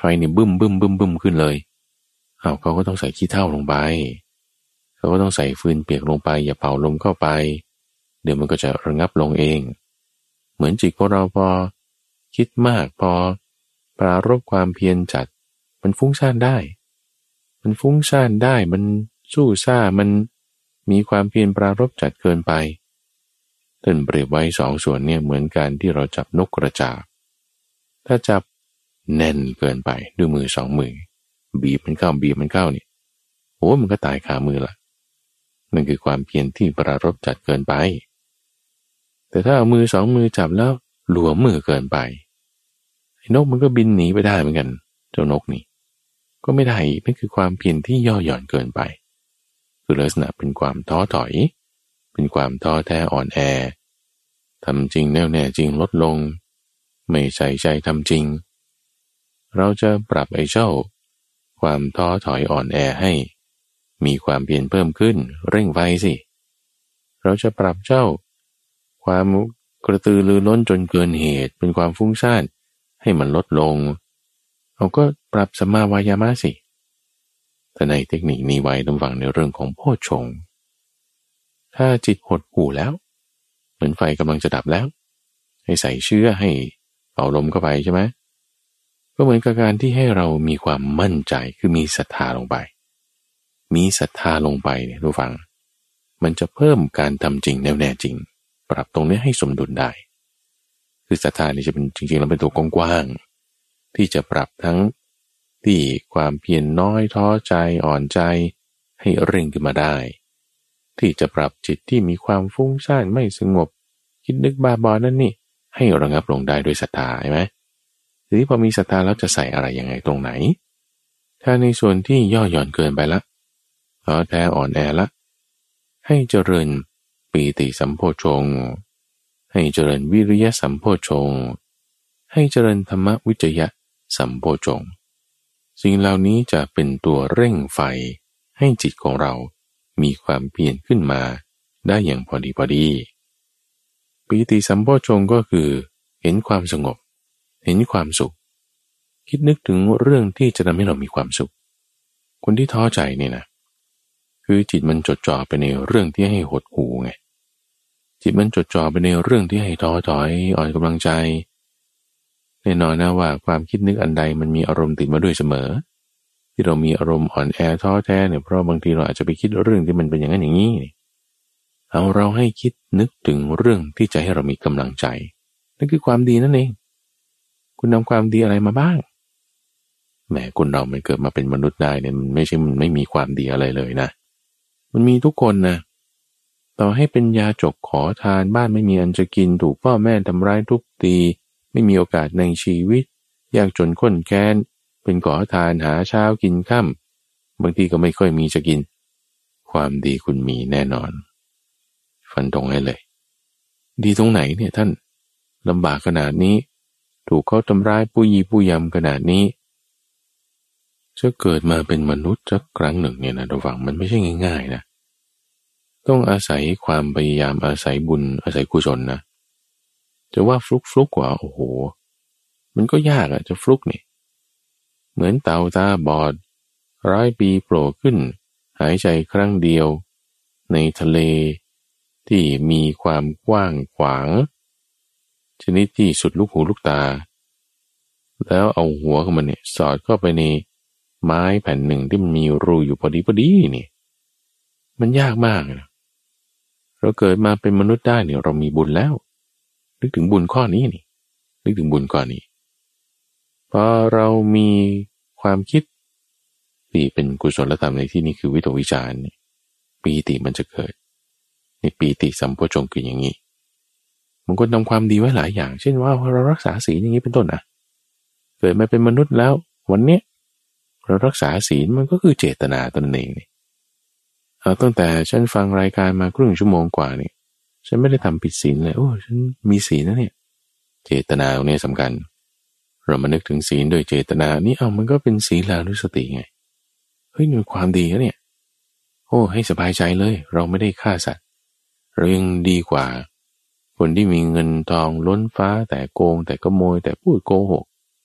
S1: นี่บึ้มบึ้มบึ้มบึ้มขึ้นเลยเขาก็ต้องใส่ขี้เถ้าลงไปเขาก็ต้องใส่ฟืนเปียกลงไปอย่าเป่าลมเข้าไปเดี๋ยวมันก็จะระงับลงเองเหมือนจิตของเราพอคิดมากพอปรารภความเพียรจัดมันฟุ้งซ่านได้มันสู้ซ่ามันมีความเพียรปรารภจัดเกินไปท่านเปรียบไว้สองส่วนเนี่ยเหมือนกันที่เราจับนกกระจาบถ้าจับแน่นเกินไปด้วยมือสองมือบีบมันเข้าเนี่ยโอ้มันก็ตายคามือละนั่นคือความเพียรที่ปรารภจัดเกินไปแต่ถ้าเอามือสองมือจับแล้วหลวมมือเกินไปไอ้นกมันก็บินหนีไปได้เหมือนกันเจ้านกนี่ก็ไม่ได้นั่นคือความเพียรที่ย่อหย่อนเกินไปคือลักษณะเป็นความท้อถอยเป็นความท้อแท้อ่อนแอทำจริงแน่วแน่จริงลดลงไม่ใส่ใจทำจริงเราจะปรับไอ้เจ้าความท้อถอยอ่อนแอให้มีความเพียรเพิ่มขึ้นเร่งไฟสิเราจะปรับเจ้าความกระตือรือร้นจนเกินเหตุเป็นความฟุ้งซ่านให้มันลดลงเราก็ปรับสัมมาวายามะสิแต่ในเทคนิคนี้ไว้ต้องฟังในเรื่องของโพชฌงค์ถ้าจิตหดหู่แล้วเหมือนไฟกำลังจะดับแล้วให้ใส่เชื้อให้เป่าลมเข้าไปใช่ไหมก็เหมือนกับการที่ให้เรามีความมั่นใจคือมีศรัทธาลงไปมีศรัทธาลงไปเนี่ยทุกฟังมันจะเพิ่มการทำจริงแน่วแน่จริงปรับตรงนี้ให้สมดุลได้คือศรัทธานี่จะเป็นจริงๆแล้วเป็นตัวกว้างๆที่จะปรับทั้งที่ความเพียรน้อยท้อใจอ่อนใจให้เร่งขึ้นมาได้ที่จะปรับจิตที่มีความฟุ้งซ่านไม่สงบคิดนึกบ้าบอนั่นนี่ให้ระงับลงได้ด้วยศรัทธาใช่ไหมทีนี้พอมีศรัทธาแล้วจะใส่อะไรยังไงตรงไหนถ้าในส่วนที่ย่อหย่อนเกินไปละท้อแท้อ่อนแอละให้เจริญปีติสัมโพชฌงค์ให้เจริญวิริยะสัมโพชฌงค์ให้เจริญธรรมวิจยะสัมโพชฌงค์สิ่งเหล่านี้จะเป็นตัวเร่งไฟให้จิตของเรามีความเพียรขึ้นมาได้อย่างพอดีปีติสัมโพชฌงค์ก็คือเห็นความสงบเห็นความสุขคิดนึกถึงเรื่องที่จะทำให้เรามีความสุขคนที่ท้อใจนี่นะคือจิตมันจดจ่อไปในเรื่องที่ให้หดหู่ไงจิตมันจดจ่อไปในเรื่องที่ให้ท้อถอยอ่อนกำลังใจแน่นอนนะว่าความคิดนึกอันใดมันมีอารมณ์ติดมาด้วยเสมอที่เรามีอารมณ์อ่อนแอท้อแท้เนี่ยเพราะบางทีเราอาจจะไปคิดเรื่องที่มันเป็นอย่างนั้นอย่างนี้เอาเราให้คิดนึกถึงเรื่องที่จะให้เรามีกำลังใจนั่นคือความดีนั่นเองคุณนำความดีอะไรมาบ้างแหมคนเรามันเกิดมาเป็นมนุษย์ได้เนี่ยมันไม่ใช่มันไม่มีความดีอะไรเลยนะมันมีทุกคนนะต่อให้เป็นยาจกขอทานบ้านไม่มีอันจะกินถูกพ่อแม่ทำร้ายทุบตีไม่มีโอกาสในชีวิตยากจนข้นแค้นเป็นขอทานหาเช้ากินค่ำบางทีก็ไม่ค่อยมีจะกินความดีคุณมีแน่นอนฟันธงให้เลยดีตรงไหนเนี่ยท่านลำบากขนาดนี้ถูกเขาทำร้ายผู้ยีผู้ยำขนาดนี้จะเกิดมาเป็นมนุษย์สักครั้งหนึ่งเนี่ยนะระวังมันไม่ใช่ง่ายๆนะต้องอาศัยความพยายามอาศัยบุญอาศัยกุศลนะจะว่าฟลุกกว่าโอ้โหมันก็ยากอะจะฟลุกนี่เหมือนเต่าตาบอด100 ปีโผล่ขึ้นหายใจครั้งเดียวในทะเลที่มีความกว้างขวางชนิดที่สุดลูกหูลูกตาแล้วเอาหัวของมันเนี่ยสอดเข้าไปในไม้แผ่นหนึ่งที่มันมีรูอยู่พอดีนี่มันยากมากนะเราเกิดมาเป็นมนุษย์ได้เนี่ยเรามีบุญแล้วนึกถึงบุญข้อนี้นี่นึกถึงบุญข้อนี้พอเรามีความคิดที่เป็นกุศลธรรมในที่นี้คือวิตกวิจารณ์ปีติมันจะเกิดในปีติสัมโพชฌงค์คืออย่างนี้มันก็ทำความดีไว้หลายอย่างเช่นว่าเรารักษาศีลอย่างนี้เป็นต้นเกิดมาเป็นมนุษย์แล้ววันเนี้ยเรารักษาศีลมันก็คือเจตนาตนเองนี่ตั้งแต่ฉันฟังรายการมาครึ่งชั่วโมงกว่านี่ฉันไม่ได้ทำผิดศีลเลยโอ้ฉันมีศีลนะเนี่ยเจตนาตรงนี้สำคัญเรามานึกถึงศีลโดยเจตนานี่มันก็เป็นศีลานุสติไงเฮ้ยมันความดีนะเนี่ยโอ้ให้สบายใจเลยเราไม่ได้ฆ่าสัตว์เรายังดีกว่าคนที่มีเงินทองล้นฟ้าแต่โกงแต่ขโมยแต่พูดโกหก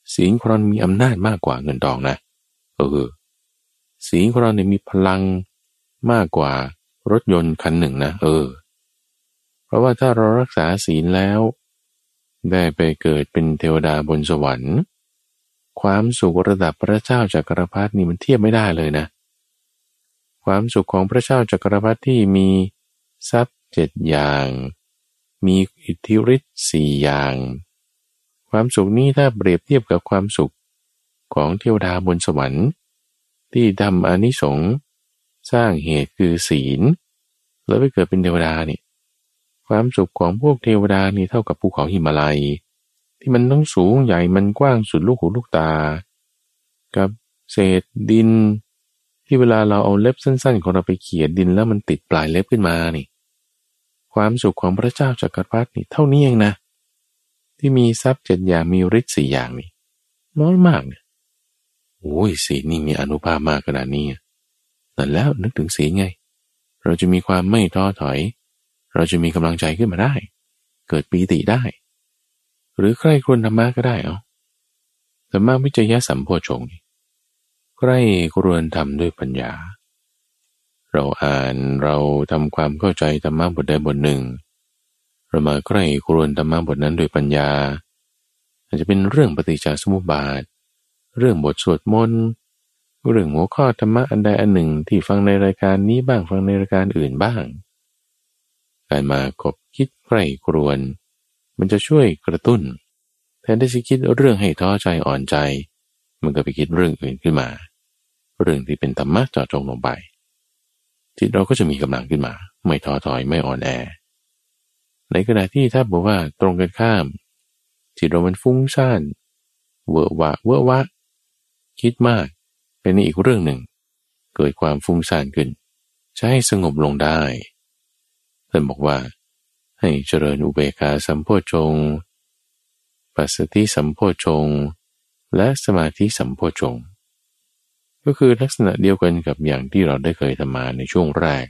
S1: ศีลของเรามีอำนาจมากกว่าเงินทองนะศีลของเราเนี่ยมีพลังมากกว่ารถยนต์คันหนึ่งนะเพราะว่าถ้าเรารักษาศีลแล้วได้ไปเกิดเป็นเทวดาบนสวรรค์ความสุขระดับพระเจ้าจักรพรรดินี่มันเทียบไม่ได้เลยนะความสุขของพระเจ้าจักรพรรดิที่มีทรัพย์7อย่างมีอิทธิฤทธิ์4อย่างความสุขนี้ถ้าเปรียบเทียบกับความสุขของเทวดาบนสวรรค์ที่ทำอานิสงส์สร้างเหตุคือศีลแล้วไปเกิดเป็นเทวดานี่ความสุขของพวกเทวดานี่เท่ากับภูเขาหิมาลัยที่มันต้องสูงใหญ่มันกว้างสุดลูกหูลูกตากับเศษดินที่เวลาเราเอาเล็บสั้นๆของเราไปเขี่ยดินแล้วมันติดปลายเล็บขึ้นมานี่ความสุขของพระเจ้าจักรพรรดินี่เท่านี้เองนะที่มีทรัพย์7อย่างมีฤทธิ์4อย่างนี่น้อยมากเนี่ยโอ้ยศีลนี่มีอานุภาพมากขนาดนี้นั่นแล้วนึกถึงศีลไงเราจะมีความไม่ท้อถอยเราจะมีกำลังใจขึ้นมาได้เกิดปีติได้หรือใครควรธรรมะก็ได้ธรรมะวิจยะสัมโพชฌงค์ใครควรทำด้วยปัญญาเราอ่านเราทำความเข้าใจธรรมะบทใดบทหนึ่งเรามาใครควรธรรมะบทนั้นด้วยปัญญาอาจจะเป็นเรื่องปฏิจจสมุปบาทเรื่องบทสวดมนต์เรื่องหัวข้อธรรมะอันใดอันหนึ่งที่ฟังในรายการนี้บ้างฟังในรายการอื่นบ้างการมาคบคิดใคร่ครวญมันจะช่วยกระตุ้นแทนที่จะคิดเรื่องให้ท้อใจอ่อนใจมันก็ไปคิดเรื่องอื่นขึ้นมาเรื่องที่เป็นธรรมะเจาะจงลงไปจิตเราก็จะมีกำลังขึ้นมาไม่ท้อถอยไม่อ่อนแอในขณะที่ถ้าบอกว่าตรงกันข้ามจิตเรามันฟุ้งซ่านเวอะวะคิดมากเป็นอีกเรื่องหนึ่งเกิดความฟุ้งซ่านขึ้นจะให้สงบลงได้ท่านบอกว่าให้เจริญอุเบกขาสัมโพชฌงค์ปัสสติสัมโพชฌงค์และสมาธิสัมโพชฌงค์ก็คือลักษณะเดียวกันกับอย่างที่เราได้เคยทำมาในช่วงแรก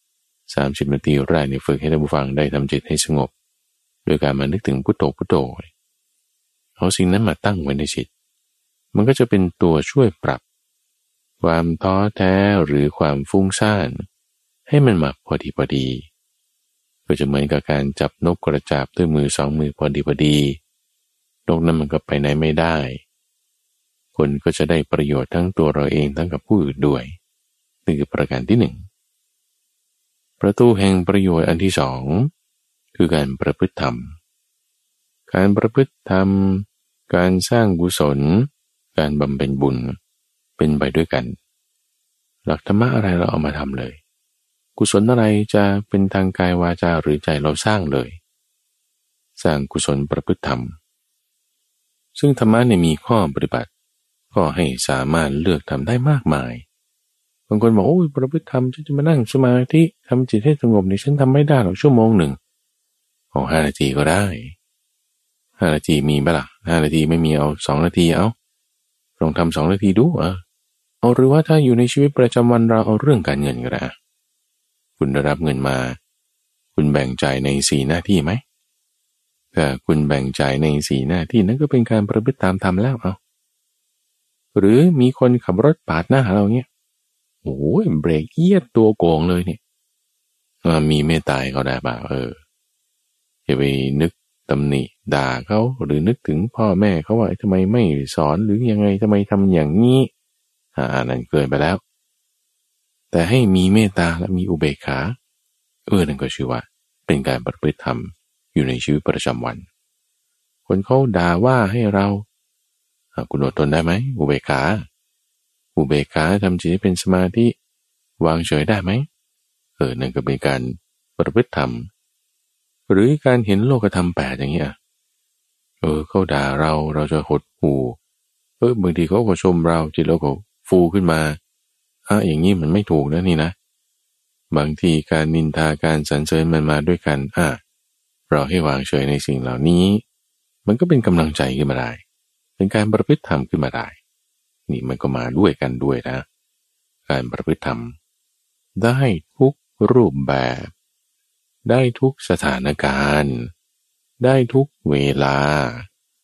S1: 30 นาทีแรกฝึกให้ท่านผู้ฟังได้ทำจิตให้สงบโดยการมานึกถึงพุทโธพุทโธเอาสิ่งนั้นมาตั้งไว้ในจิตมันก็จะเป็นตัวช่วยปรับความท้อแท้หรือความฟุ้งซ่านให้มันมาพอดีก็จะเหมือนกับการจับนกกระจาบด้วยมือ2 มือพอดีนกนั้นมันก็ไปไหนไม่ได้คนก็จะได้ประโยชน์ทั้งตัวเราเองทั้งกับผู้อื่นด้วยนี่คือประการที่1ประตูแห่งประโยชน์อันที่2คือการประพฤติธรรมการประพฤติธรรมการสร้างกุศลการบำเพ็ญบุญเป็นไปด้วยกันหลักธรรมะอะไรเราเอามาทำเลยกุศลอะไรจะเป็นทางกายวาจาหรือใจเราสร้างเลยสร้างกุศลประพฤติธรรมซึ่งธรรมะเนี่ยมีข้อปฏิบัติก็ให้สามารถเลือกทำได้มากมายบางคนบอกโอ้ยประพฤติธรรมฉันจะมานั่งสมาธิทำจิตให้สงบนี่ฉันทำไม่ได้หรอกชั่วโมงหนึ่ง5 นาทีก็ได้5 นาทีมีไหมล่ะ5 นาทีไม่มีเอา2 นาทีลองทำ2 นาทีดูเอาหรือว่าถ้าอยู่ในชีวิตประจำวันเราเอาเรื่องการเงินก็ได้คุณได้รับเงินมาคุณแบ่งจ่ายใน4 หน้าที่ไหมถ้าคุณแบ่งจ่ายใน4 หน้าที่นั้นก็เป็นการประพฤติตามธรรมแล้วหรือมีคนขับรถปาดหน้าเราเนี่ยโอ้ยเบรกเอียดตัวโกงเลยเนี่ยมีเมตตาเขาได้ป่ะอย่าไปนึกตำหนิด่าเขาหรือนึกถึงพ่อแม่เขาว่าทำไมไม่สอนหรือยังไงทำไมทำอย่างนี้นั่นเกินไปแล้วแต่ให้มีเมตตาและมีอุเบกขานั่นก็ชื่อว่าเป็นการประพฤติธรรมอยู่ในชีวิตประจำวันคนเขาด่าว่าให้เราคุณอดทนได้ไหมอุเบกขาทำจิตให้เป็นสมาธิวางเฉยได้ไหมนั่นก็เป็นการประพฤติธรรมหรือการเห็นโลกธรรม8อย่างเงี้ยเขาด่าเราจะหดหู่บางทีเขาก็ชมเราจิตเราก็ฟูขึ้นมาอย่างนี้มันไม่ถูกนะนี่นะบางทีการนินทาการสรรเสริญมันมาด้วยกันเราให้วางเฉยในสิ่งเหล่านี้มันก็เป็นกำลังใจขึ้นมาได้เป็นการประพฤติธรรมขึ้นมาได้นี่มันก็มาด้วยกันด้วยนะการประพฤติธรรมได้ทุกรูปแบบได้ทุกสถานการณ์ได้ทุกเวลา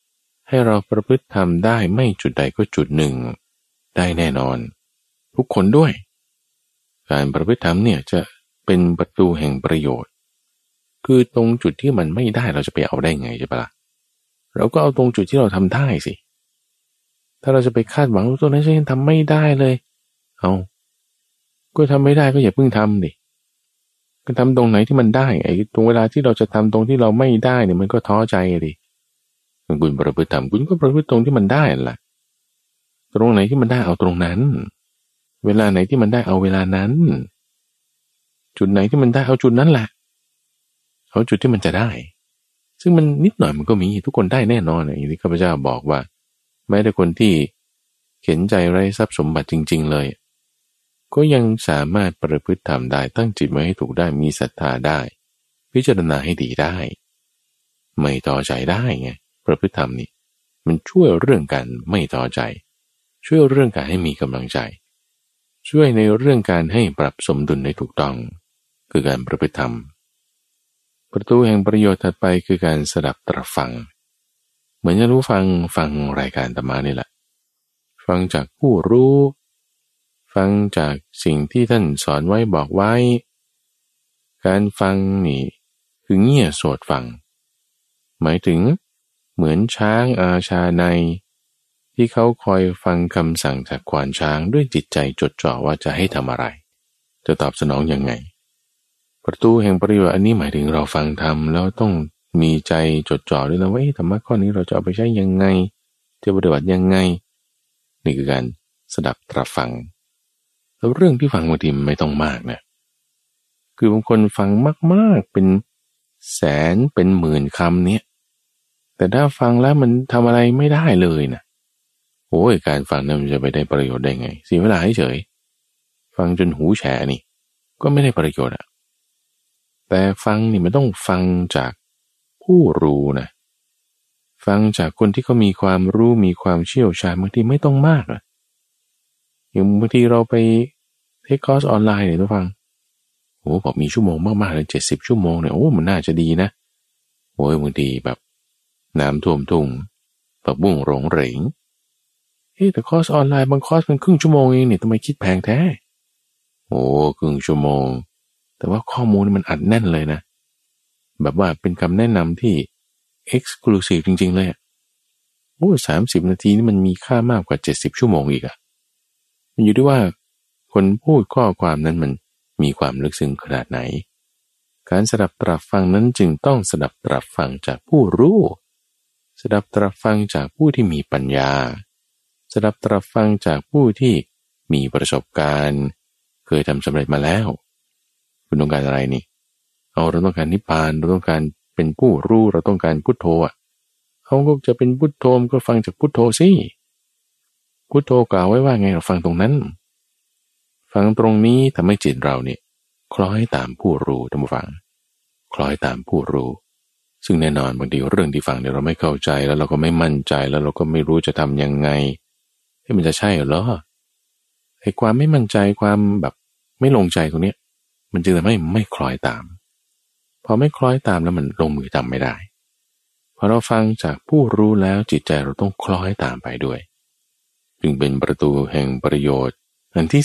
S1: ให้เราประพฤติธรรมได้ไม่จุดใดก็จุดหนึ่งได้แน่นอนทุกคนด้วยการประพฤติธรรมเนี่ยจะเป็นประตูแห่งประโยชน์คือตรงจุดที่มันไม่ได้เราจะไปเอาได้ไงใช่ปะล่ะเราก็เอาตรงจุดที่เราทำได้สิถ้าเราจะไปคาดหวังว่าตัวนั้นฉันทำไม่ได้เลยเอาก็ทำไม่ได้ก็อย่าเพิ่งทำดิก็ทำตรงไหนที่มันได้ไอ้ตรงเวลาที่เราจะทำตรงที่เราไม่ได้เนี่ยมันก็ท้อใจดิคุณประพฤติธรรมคุณก็ประพฤติตรงที่มันได้แหละตรงไหนที่มันได้เอาตรงนั้นเวลาไหนที่มันได้เอาเวลานั้นจุดไหนที่มันได้เอาจุดนั้นแหละเอาจุดที่มันจะได้ซึ่งมันนิดหน่อยมันก็มีทุกคนได้แน่นอนอย่างที่ข้าพเจ้าบอกว่าแม้แต่คนที่เข็นใจไร้ทรัพย์สมบัติจริงๆเลยก็ยังสามารถประพฤติธรรมได้ตั้งจิตไว้ให้ถูกได้มีศรัทธาได้พิจารณาให้ดีได้ไม่ท้อใจได้ไงประพฤติธรรมนี่มันช่วยเรื่องการไม่ท้อใจช่วยเรื่องการให้มีกำลังใจช่วยในเรื่องการให้ปรับสมดุลได้ถูกต้องคือการประพฤติธรรมประตูแห่งประโยชน์ถัดไปคือการสดับตรับฟังเหมือนจะรู้ฟังรายการธรรมะนี่แหละฟังจากผู้รู้ฟังจากสิ่งที่ท่านสอนไว้บอกไว้การฟังนี่คือเงี่ยโสดฟังหมายถึงเหมือนช้างอาชาในที่เขาคอยฟังคำสั่งจากควานช้างด้วยจิตใจจดจ่อว่าจะให้ทำอะไรจะตอบสนองยังไงประตูแห่งประโยชน์อันนี้หมายถึงเราฟังธรรมแล้วต้องมีใจจดจ่อด้วยนะว่าธรรมะข้อนี้เราจะเอาไปใช้ยังไงจะปฏิบัติยังไงนี่คือการสดับตรับฟังแล้วเรื่องที่ฟังบางทีไม่ต้องมากนะคือบางคนฟังมากๆเป็นแสนเป็นหมื่นคำเนี่ยแต่ถ้าฟังแล้วมันทำอะไรไม่ได้เลยนะโอ้ยการฟังนั้นมันจะไปได้ประโยชน์ได้ไงเสียเวลาเฉยฟังจนหูแฉะนี่ก็ไม่ได้ประโยชน์อะแต่ฟังนี่มันต้องฟังจากผู้รู้นะฟังจากคนที่เขามีความรู้มีความเชี่ยวชาญบางทีไม่ต้องมากนะอย่างบางทีเราไปเทคคอร์สออนไลน์เนี่ยทุกฟังโอ้บอกมีชั่วโมงมากๆเลย70 ชั่วโมงเนี่ยโอ้มันน่าจะดีนะโอ้ยบางทีแบบน้ำท่วมทุ่งผักบุ้งหลงเหรงแต่คอร์สออนไลน์บางคอร์สเป็นครึ่งชั่วโมงเองเนี่ยทำไมคิดแพงแท้โอ้ครึ่งชั่วโมงแต่ว่าข้อมูลมันอัดแน่นเลยนะแบบว่าเป็นคำแนะนำที่ exclusive จริงๆเลยโอ้30 นาทีนี่มันมีค่ามากกว่า70 ชั่วโมงอีกอะมันอยู่ที่ว่าคนพูดข้อความนั้นมันมีความลึกซึ้งขนาดไหนการสดับตรับฟังนั้นจึงต้องสดับตรับฟังจากผู้รู้สดับตรับฟังจากผู้ที่มีปัญญาสดับตรับฟังจากผู้ที่มีประสบการณ์เคยทำสำเร็จมาแล้วคุณต้องการอะไรนี่เราต้องการนิพพานเราต้องการเป็นผู้รู้เราต้องการพุทโธเขาก็จะเป็นพุทโธก็ฟังจากพุทโธสิพุทโธกล่าวไว้ว่าไงเราฟังตรงนั้นฟังตรงนี้ทำให้จิตเราเนี่ยคล้อยตามผู้รู้ท่านผู้ฟังคล้อยตามผู้รู้ซึ่งแน่นอนบางทีเรื่องที่ฟังเนี่ยเราไม่เข้าใจแล้วเราก็ไม่มั่นใจแล้วเราก็ไม่รู้จะทำยังไงให้มันจะใช่เหรอไอ้ความไม่มั่นใจความแบบไม่ลงใจตรงนี้มันจึงทำให้ไม่คล้อยตามพอไม่คล้อยตามแล้วมันลงมือทำไม่ได้พอเราฟังจากผู้รู้แล้วจิตใจเราต้องคล้อยตามไปด้วยจึงเป็นประตูแห่งประโยชน์อันที่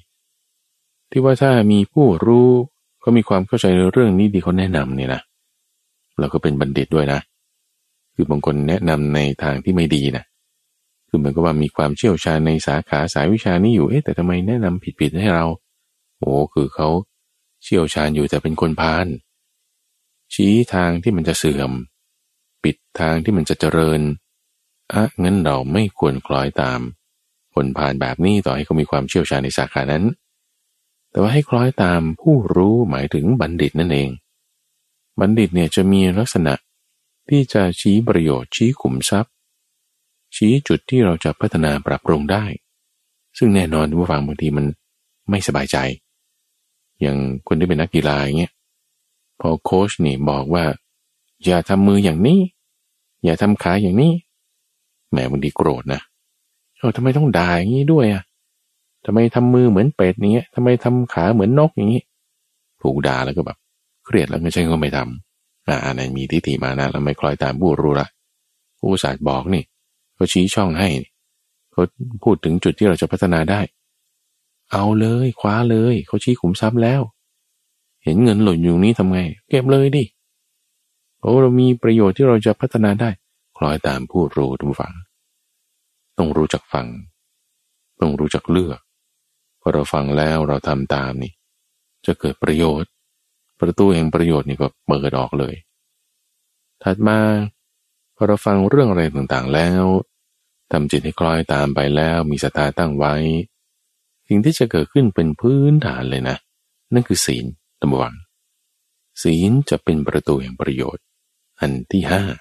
S1: 4ที่ว่าถ้ามีผู้รู้ก็มีความเข้าใจในเรื่องนี้ดีเขาแนะนำเนี่ยนะเราก็เป็นบัณฑิตด้วยนะคือบางคนแนะนำในทางที่ไม่ดีนะคือเหมือนกับว่ามีความเชี่ยวชาญในสาขาสายวิชานี้อยู่แต่ทำไมแนะนำผิดๆให้เราคือเขาเชี่ยวชาญอยู่แต่เป็นคนพาลชี้ทางที่มันจะเสื่อมปิดทางที่มันจะเจริญงั้นเราไม่ควรคล้อยตามคนพาลแบบนี้ต่อให้เขามีความเชี่ยวชาญในสาขานั้นแต่ว่าให้คล้อยตามผู้รู้หมายถึงบัณฑิตนั่นเองบัณฑิตเนี่ยจะมีลักษณะที่จะชี้ประโยชน์ชี้ขุมทรัพย์ชี้จุดที่เราจะพัฒนาปรับปรุงได้ซึ่งแน่นอนผู้ฟังบางทีมันไม่สบายใจอย่างคนที่เป็นนักกีฬาอย่างเงี้ยพอโค้ชนี่บอกว่าอย่าทำมืออย่างนี้อย่าทำขาอย่างนี้แหมบางทีโกรธนะทำไมต้องด่าอย่างนี้ด้วยทำไมทำมือเหมือนเป็ดอย่างเงี้ยทำไมทำขาเหมือนนกอย่างนี้ถูกด่าแล้วก็แบบเครียดแล้วไม่ใช่ก็ไม่ทำอันนั้นมีทิฏฐิมานะแล้วไม่คล้อยตามผู้รู้ละผู้ศาสตร์บอกนี่เขาชี้ช่องให้เขาพูดถึงจุดที่เราจะพัฒนาได้เอาเลยคว้าเลยเขาชี้ขุมทรัพย์แล้วเห็นเงินหล่นอยู่นี้ทำไงเก็บเลยดิโอ้เรามีประโยชน์ที่เราจะพัฒนาได้คล้อยตามผู้รู้ทุกฝั่งต้องรู้จักฟังต้องรู้จักเลือกพอเราฟังแล้วเราทำตามนี่จะเกิดประโยชน์ประตูแห่งประโยชน์นี่ก็เปิดออกเลยถัดมาพอเราฟังเรื่องอะไรต่างๆแล้วทำจิตให้คล้อยตามไปแล้วมีศรัทธาตั้งไว้สิ่งที่จะเกิดขึ้นเป็นพื้นฐานเลยนะนั่นคือศีลตั้งหวังศีลจะเป็นประตูแห่งประโยชน์อันที่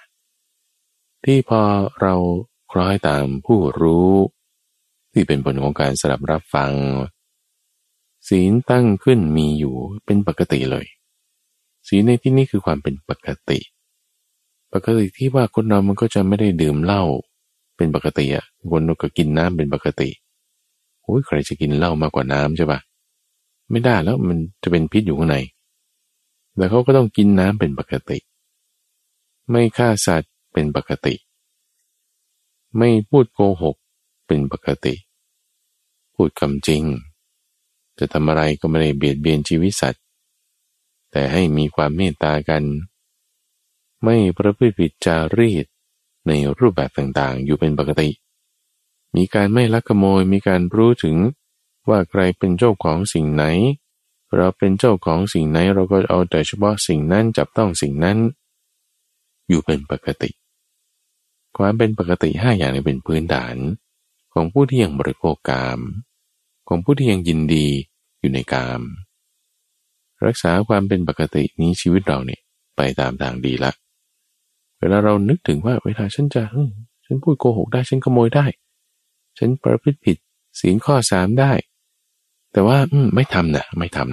S1: 5ที่พอเราคล้อยตามผู้รู้ที่เป็นผลของการสดับรับฟังศีลตั้งขึ้นมีอยู่เป็นปกติเลยศีลในที่นี้คือความเป็นปกติที่ว่าคนเรามันก็จะไม่ได้ดื่มเหล้าเป็นปกติอ่ะคนเราก็กินน้ำเป็นปกติโอ้ยใครจะกินเหล้ามากกว่าน้ำใช่ปะไม่ได้แล้วมันจะเป็นพิษอยู่ข้างในแต่เขาก็ต้องกินน้ำเป็นปกติไม่ฆ่าสัตว์เป็นปกติไม่พูดโกหกเป็นปกติพูดคำจริงจะทำอะไรก็ไม่ได้เบียดเบียนชีวิตสัตว์แต่ให้มีความเมตตากันไม่ประพฤติผิดจารีตในรูปแบบต่างๆอยู่เป็นปกติมีการไม่ลักขโมยมีการรู้ถึงว่าใครเป็นเจ้าของสิ่งไหนเราเป็นเจ้าของสิ่งไหนเราก็เอาแต่เฉพาะสิ่งนั้นจับต้องสิ่งนั้นอยู่เป็นปกติความเป็นปกติ5อย่างนี้เป็นพื้นฐานของผู้ที่ยังบริโภคกามของผู้ที่ยังยินดีอยู่ในกามรักษาความเป็นปกตินี้ชีวิตเราเนี่ยไปตามทางดีละเวลาเรานึกถึงว่าเวลาฉันพูดโกหกได้ฉันขโมยได้ฉันประพฤติผิดศีลข้อ3ได้แต่ว่าไม่ทำนะไม่เอา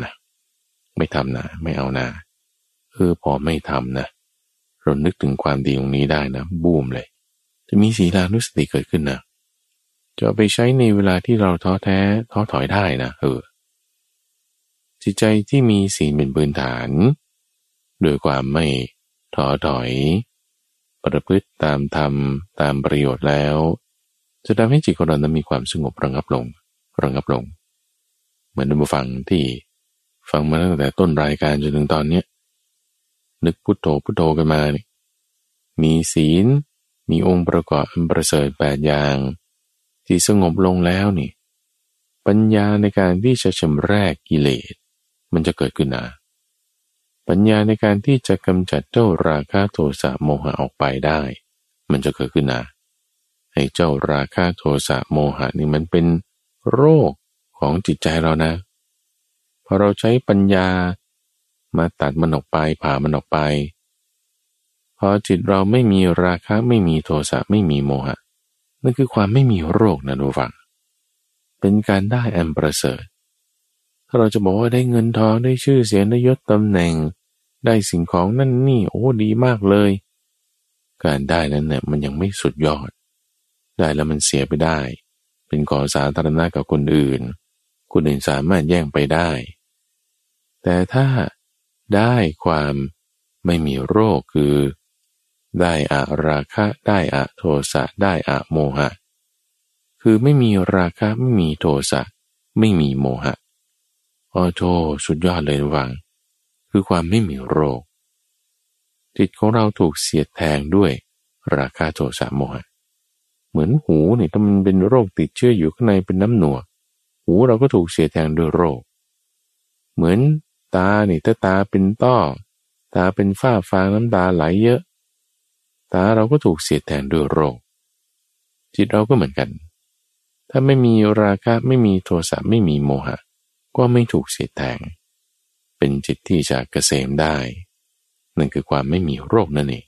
S1: นะพอไม่ทำนะเรานึกถึงความดีตรงนี้ได้นะบูมเลยจะมีศีลานุสติเกิดขึ้นนะจะเอาไปใช้ในเวลาที่เราท้อแท้ท้อถอยได้นะจิตใจที่มีศีลเป็นพื้นฐานโดยความไม่ท้อถอยประพฤติตามธรรมตามประโยชน์แล้วจะทำให้จิตของเรานั้นมีความสงบระงับลงเหมือนผู้ฟังที่ฟังมาตั้งแต่ต้นรายการจนถึงตอนนี้นึกพุทโธกันมานี่มีศีลมีองค์ประกอบอันประเสริฐ8อย่างที่สงบลงแล้วนี่ปัญญาในการที่จะชำระกิเลสมันจะเกิดขึ้นนะปัญญาในการที่จะกำจัดเจ้าราคะโทสะโมหะออกไปได้มันจะเกิดขึ้นนะให้เจ้าราคะโทสะโมหะนี่มันเป็นโรคของจิตใจเรานะพอเราใช้ปัญญามาตัดมันออกไปผ่ามันออกไปพอจิตเราไม่มีราคะไม่มีโทสะไม่มีโมหะนั่นคือความไม่มีโรคนะทุกฝังเป็นการได้อันประเสริฐถ้าเราจะบอกว่าได้เงินทองได้ชื่อเสียงได้ยศตำแหน่งได้สิ่งของนั่นนี่โอ้ดีมากเลยการได้นั้นเนี่ยมันยังไม่สุดยอดได้แล้วมันเสียไปได้เป็นของสาธารณะกับคนอื่นสามารถแย่งไปได้แต่ถ้าได้ความไม่มีโรคคือได้อะราคะได้อะโทสะได้อะโมหะคือไม่มีราคะไม่มีโทสะไม่มีโมหะสุดยอดเลยระวังคือความไม่มีโรคจิตของเราถูกเสียดแทงด้วยราคะโทสะโมหะเหมือนหูนี่ถ้ามันเป็นโรคติดเชื้ออยู่ข้างในเป็นน้ำหนวกหูเราก็ถูกเสียดแทงด้วยโรคเหมือนตานี่ถ้าตาเป็นต้อตาเป็นฝ้าฟางน้ำตาไหลเยอะตาเราก็ถูกเสียดแทงด้วยโรคจิตเราก็เหมือนกันถ้าไม่มีราคะไม่มีโทสะไม่มีโมหะก็ไม่ถูกเสียดแทงเป็นจิตที่จะเกษมได้นั่นคือความไม่มีโรคนั่นเอง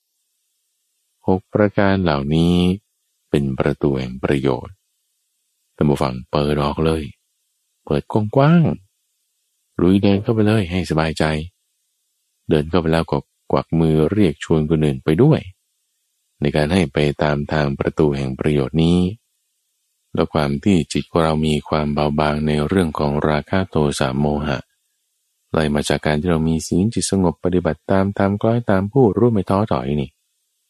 S1: 6ประการเหล่านี้เป็นประตูแห่งประโยชน์ท่านผู้ฟังเปิดออกเลยเปิดกว้างๆลุยเดินเข้าไปเลยให้สบายใจเดินเข้าไปแล้วก็กวักมือเรียกชวนคนอื่นไปด้วยในการให้ไปตามทางประตูแห่งประโยชน์นี้แล้วความที่จิตของเรามีความเบาบางในเรื่องของราคะโทสะโมหะไล่มาจากการที่เรามีศีลจิตสงบปฏิบัติตามคล้อยตามผู้รู้ไม่ท้อถอยนี่เว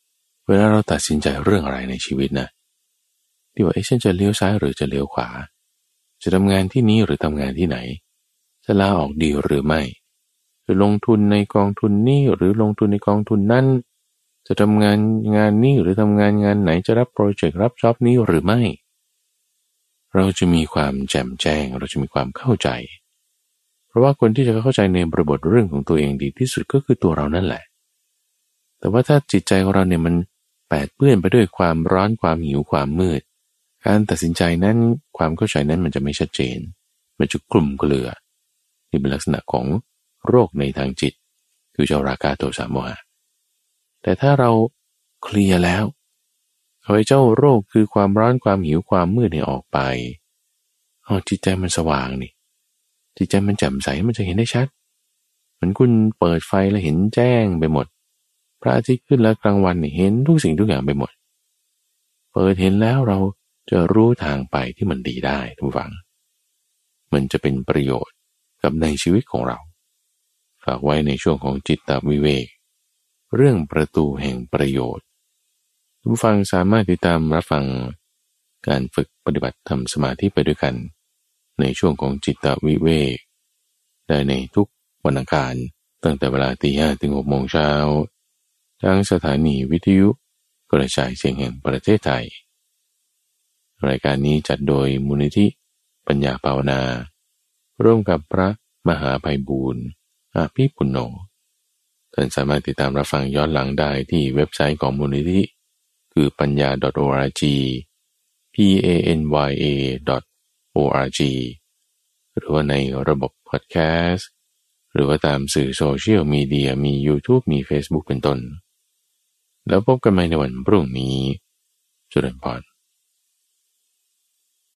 S1: วลาเราตัดสินใจเรื่องอะไรในชีวิตนะที่ว่าฉันจะเลี้ยวซ้ายหรือจะเลี้ยวขวาจะทำงานที่นี้หรือทำงานที่ไหนจะลาออกดีหรือไม่จะลงทุนในกองทุนนี้หรือลงทุนในกองทุนนั้นจะทำงานนี้หรือทำงานไหนจะรับโปรเจกต์รับจ็อบนี้หรือไม่เราจะมีความแจ่มแจ้งเราจะมีความเข้าใจเพราะว่าคนที่จะเข้าใจในบริบทเรื่องของตัวเองดีที่สุดก็คือตัวเรานั่นแหละแต่ว่าถ้าจิตใจของเราเนี่ยมันแปดเปื้อนไปด้วยความร้อนความหิวความมืดการตัดสินใจนั้นความเข้าใจนั้นมันจะไม่ชัดเจนมันจะกลุ่มเกลือนี่เป็นลักษณะของโรคในทางจิตคือเจ้าราคะโทสะโมหะแต่ถ้าเราเคลียร์แล้วเอาไอ้เจ้าโรคคือความร้อนความหิวความมืดเนี่ยออกไปจิตใจมันสว่างนี่จิตใจมันแจ่มใสมันจะเห็นได้ชัดเหมือนคุณเปิดไฟแล้วเห็นแจ้งไปหมดพระอาทิตย์ขึ้นแล้วกลางวันเห็นทุกสิ่งทุกอย่างไปหมดเปิดเห็นแล้วเราจะรู้ทางไปที่มันดีได้ทุกฝังมันจะเป็นประโยชน์กับในชีวิตของเราฝากไว้ในช่วงของจิตตวิเวกเรื่องประตูแห่งประโยชน์ผู้ฟังสามารถติดตามรับฟังการฝึกปฏิบัติทำสมาธิไปด้วยกันในช่วงของจิตตวิเวกได้ในทุกวันอังคารตั้งแต่เวลา 5:00 ถึง 6:00 น.ทางสถานีวิทยุกระจายเสียงแห่งประเทศไทยรายการนี้จัดโดยมูลนิธิปัญญาภาวนาร่วมกับพระมหาไพบูลย์อาภิปุณโญท่านสามารถติดตามรับฟังย้อนหลังได้ที่เว็บไซต์ของมูลนิธิคือปัญญา .org panya.org หรือว่าในระบบพอดแคสต์หรือว่าตามสื่อโซเชียลมีเดียมี YouTube มี Facebook เป็นต้นแล้วพบกันใหม่ในวันพรุ่งนี้เจริญพร